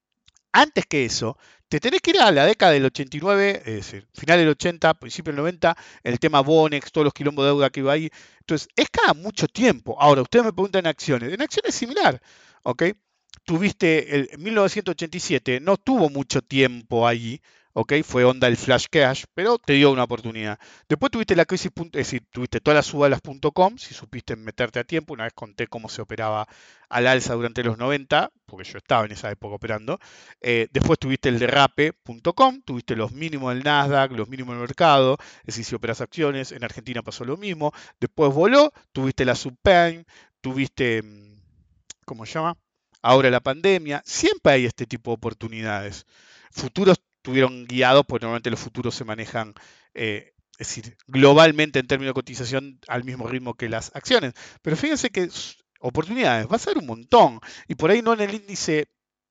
Antes que eso, te tenés que ir a la década del ochenta y nueve, es decir, final del ochenta, principio del noventa, el tema Bonex, todos los quilombos de deuda que iba ahí. Entonces, es cada mucho tiempo. Ahora, ustedes me preguntan en acciones. En acciones es similar. ¿Ok? Tuviste el mil novecientos ochenta y siete, no tuvo mucho tiempo allí, ¿ok? Fue onda el flash cash, pero te dio una oportunidad. Después tuviste la crisis, es decir, tuviste toda la suba de las .com, si supiste meterte a tiempo, una vez conté cómo se operaba al alza durante los noventa, porque yo estaba en esa época operando. Eh, después tuviste el derrape punto com, tuviste los mínimos del Nasdaq, los mínimos del mercado, es decir, si operas acciones, en Argentina pasó lo mismo. Después voló, tuviste la subprime, tuviste, ¿cómo se llama? Ahora la pandemia, siempre hay este tipo de oportunidades. Futuros estuvieron guiados, porque normalmente los futuros se manejan, eh, es decir, globalmente en términos de cotización al mismo ritmo que las acciones. Pero fíjense que oportunidades va a ser un montón. Y por ahí no en el índice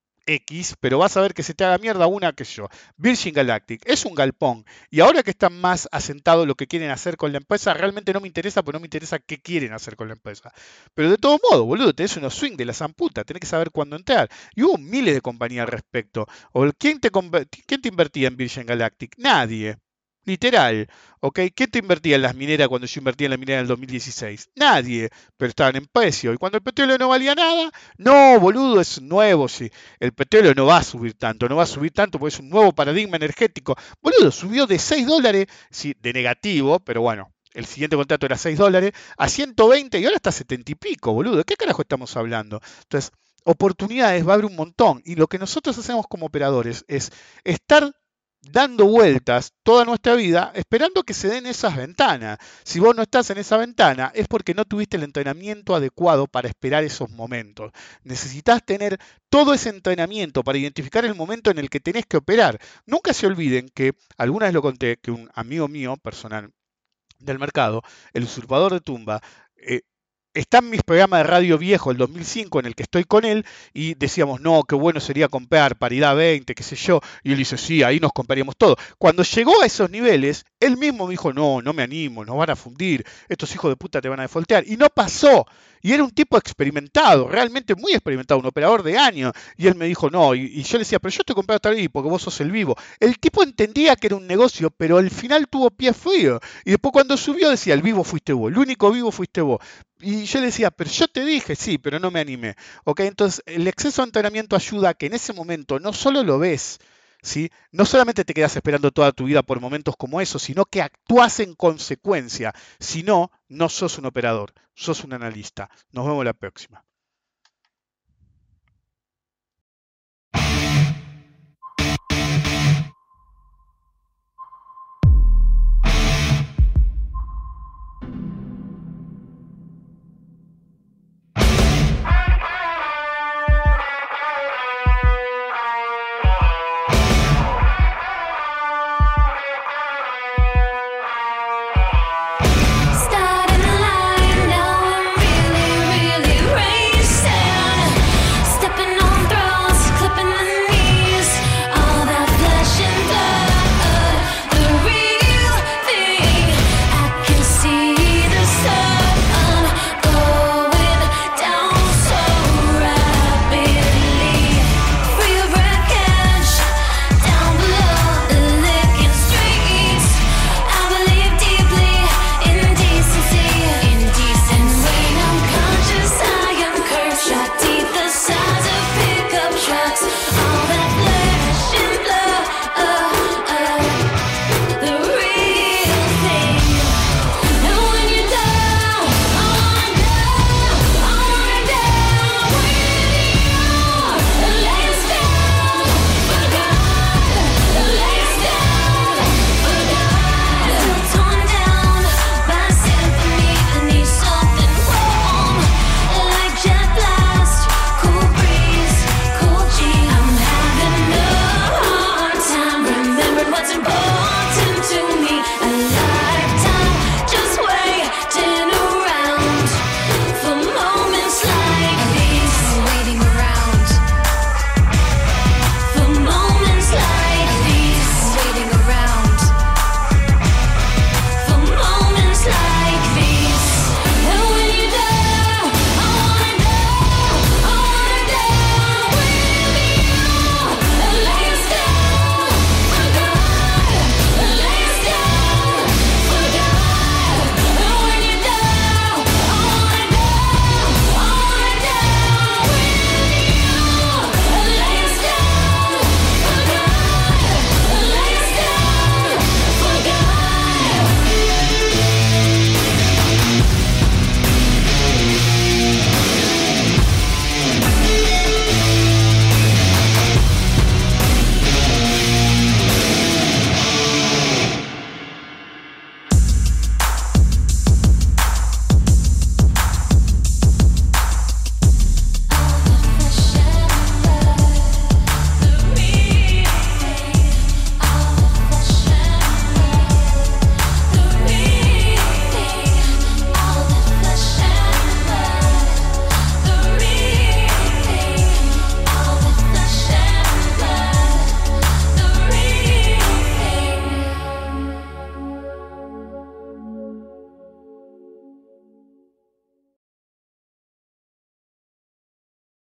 X, pero vas a ver que se te haga mierda una, que yo. Virgin Galactic es un galpón. Y ahora que están más asentados lo que quieren hacer con la empresa, realmente no me interesa, porque no me interesa qué quieren hacer con la empresa. Pero de todo modo, boludo, tenés unos swing de la zamputa, tenés que saber cuándo entrar. Y hubo miles de compañías al respecto. ¿O quién te, quién te invertía en Virgin Galactic? Nadie. Literal, ¿ok? ¿Quién te invertía en las mineras cuando yo invertía en la minera en el dos mil dieciséis? Nadie, pero estaban en precio. Y cuando el petróleo no valía nada, no, boludo, es nuevo, sí. El petróleo no va a subir tanto, no va a subir tanto porque es un nuevo paradigma energético. Boludo, subió de seis dólares, sí, de negativo, pero bueno, el siguiente contrato era seis dólares, a ciento veinte y ahora está a setenta y pico, boludo. ¿De qué carajo estamos hablando? Entonces, oportunidades va a haber un montón. Y lo que nosotros hacemos como operadores es estar dando vueltas toda nuestra vida esperando que se den esas ventanas. Si vos no estás en esa ventana es porque no tuviste el entrenamiento adecuado para esperar esos momentos. Necesitas tener todo ese entrenamiento para identificar el momento en el que tenés que operar. Nunca se olviden que, alguna vez lo conté, que un amigo mío personal del mercado, el usurpador de tumba, eh, está en mis programas de radio viejo, el dos mil cinco, en el que estoy con él, y decíamos, no, qué bueno sería comprar paridad veinte, qué sé yo, y él dice, sí, ahí nos compraríamos todo. Cuando llegó a esos niveles, él mismo me dijo, no, no me animo, nos van a fundir, estos hijos de puta te van a defoltear, y no pasó. Y era un tipo experimentado, realmente muy experimentado, un operador de años. Y él me dijo, no, y, y yo le decía, pero yo te compré hasta ahí porque vos sos el vivo. El tipo entendía que era un negocio, pero al final tuvo pie frío. Y después cuando subió decía, el vivo fuiste vos, el único vivo fuiste vos. Y yo le decía, pero yo te dije, sí, pero no me animé. ¿Ok? Entonces, el exceso de entrenamiento ayuda a que en ese momento no solo lo ves, ¿sí? No solamente te quedas esperando toda tu vida por momentos como esos, sino que actúas en consecuencia. Si no, no sos un operador, sos un analista. Nos vemos la próxima.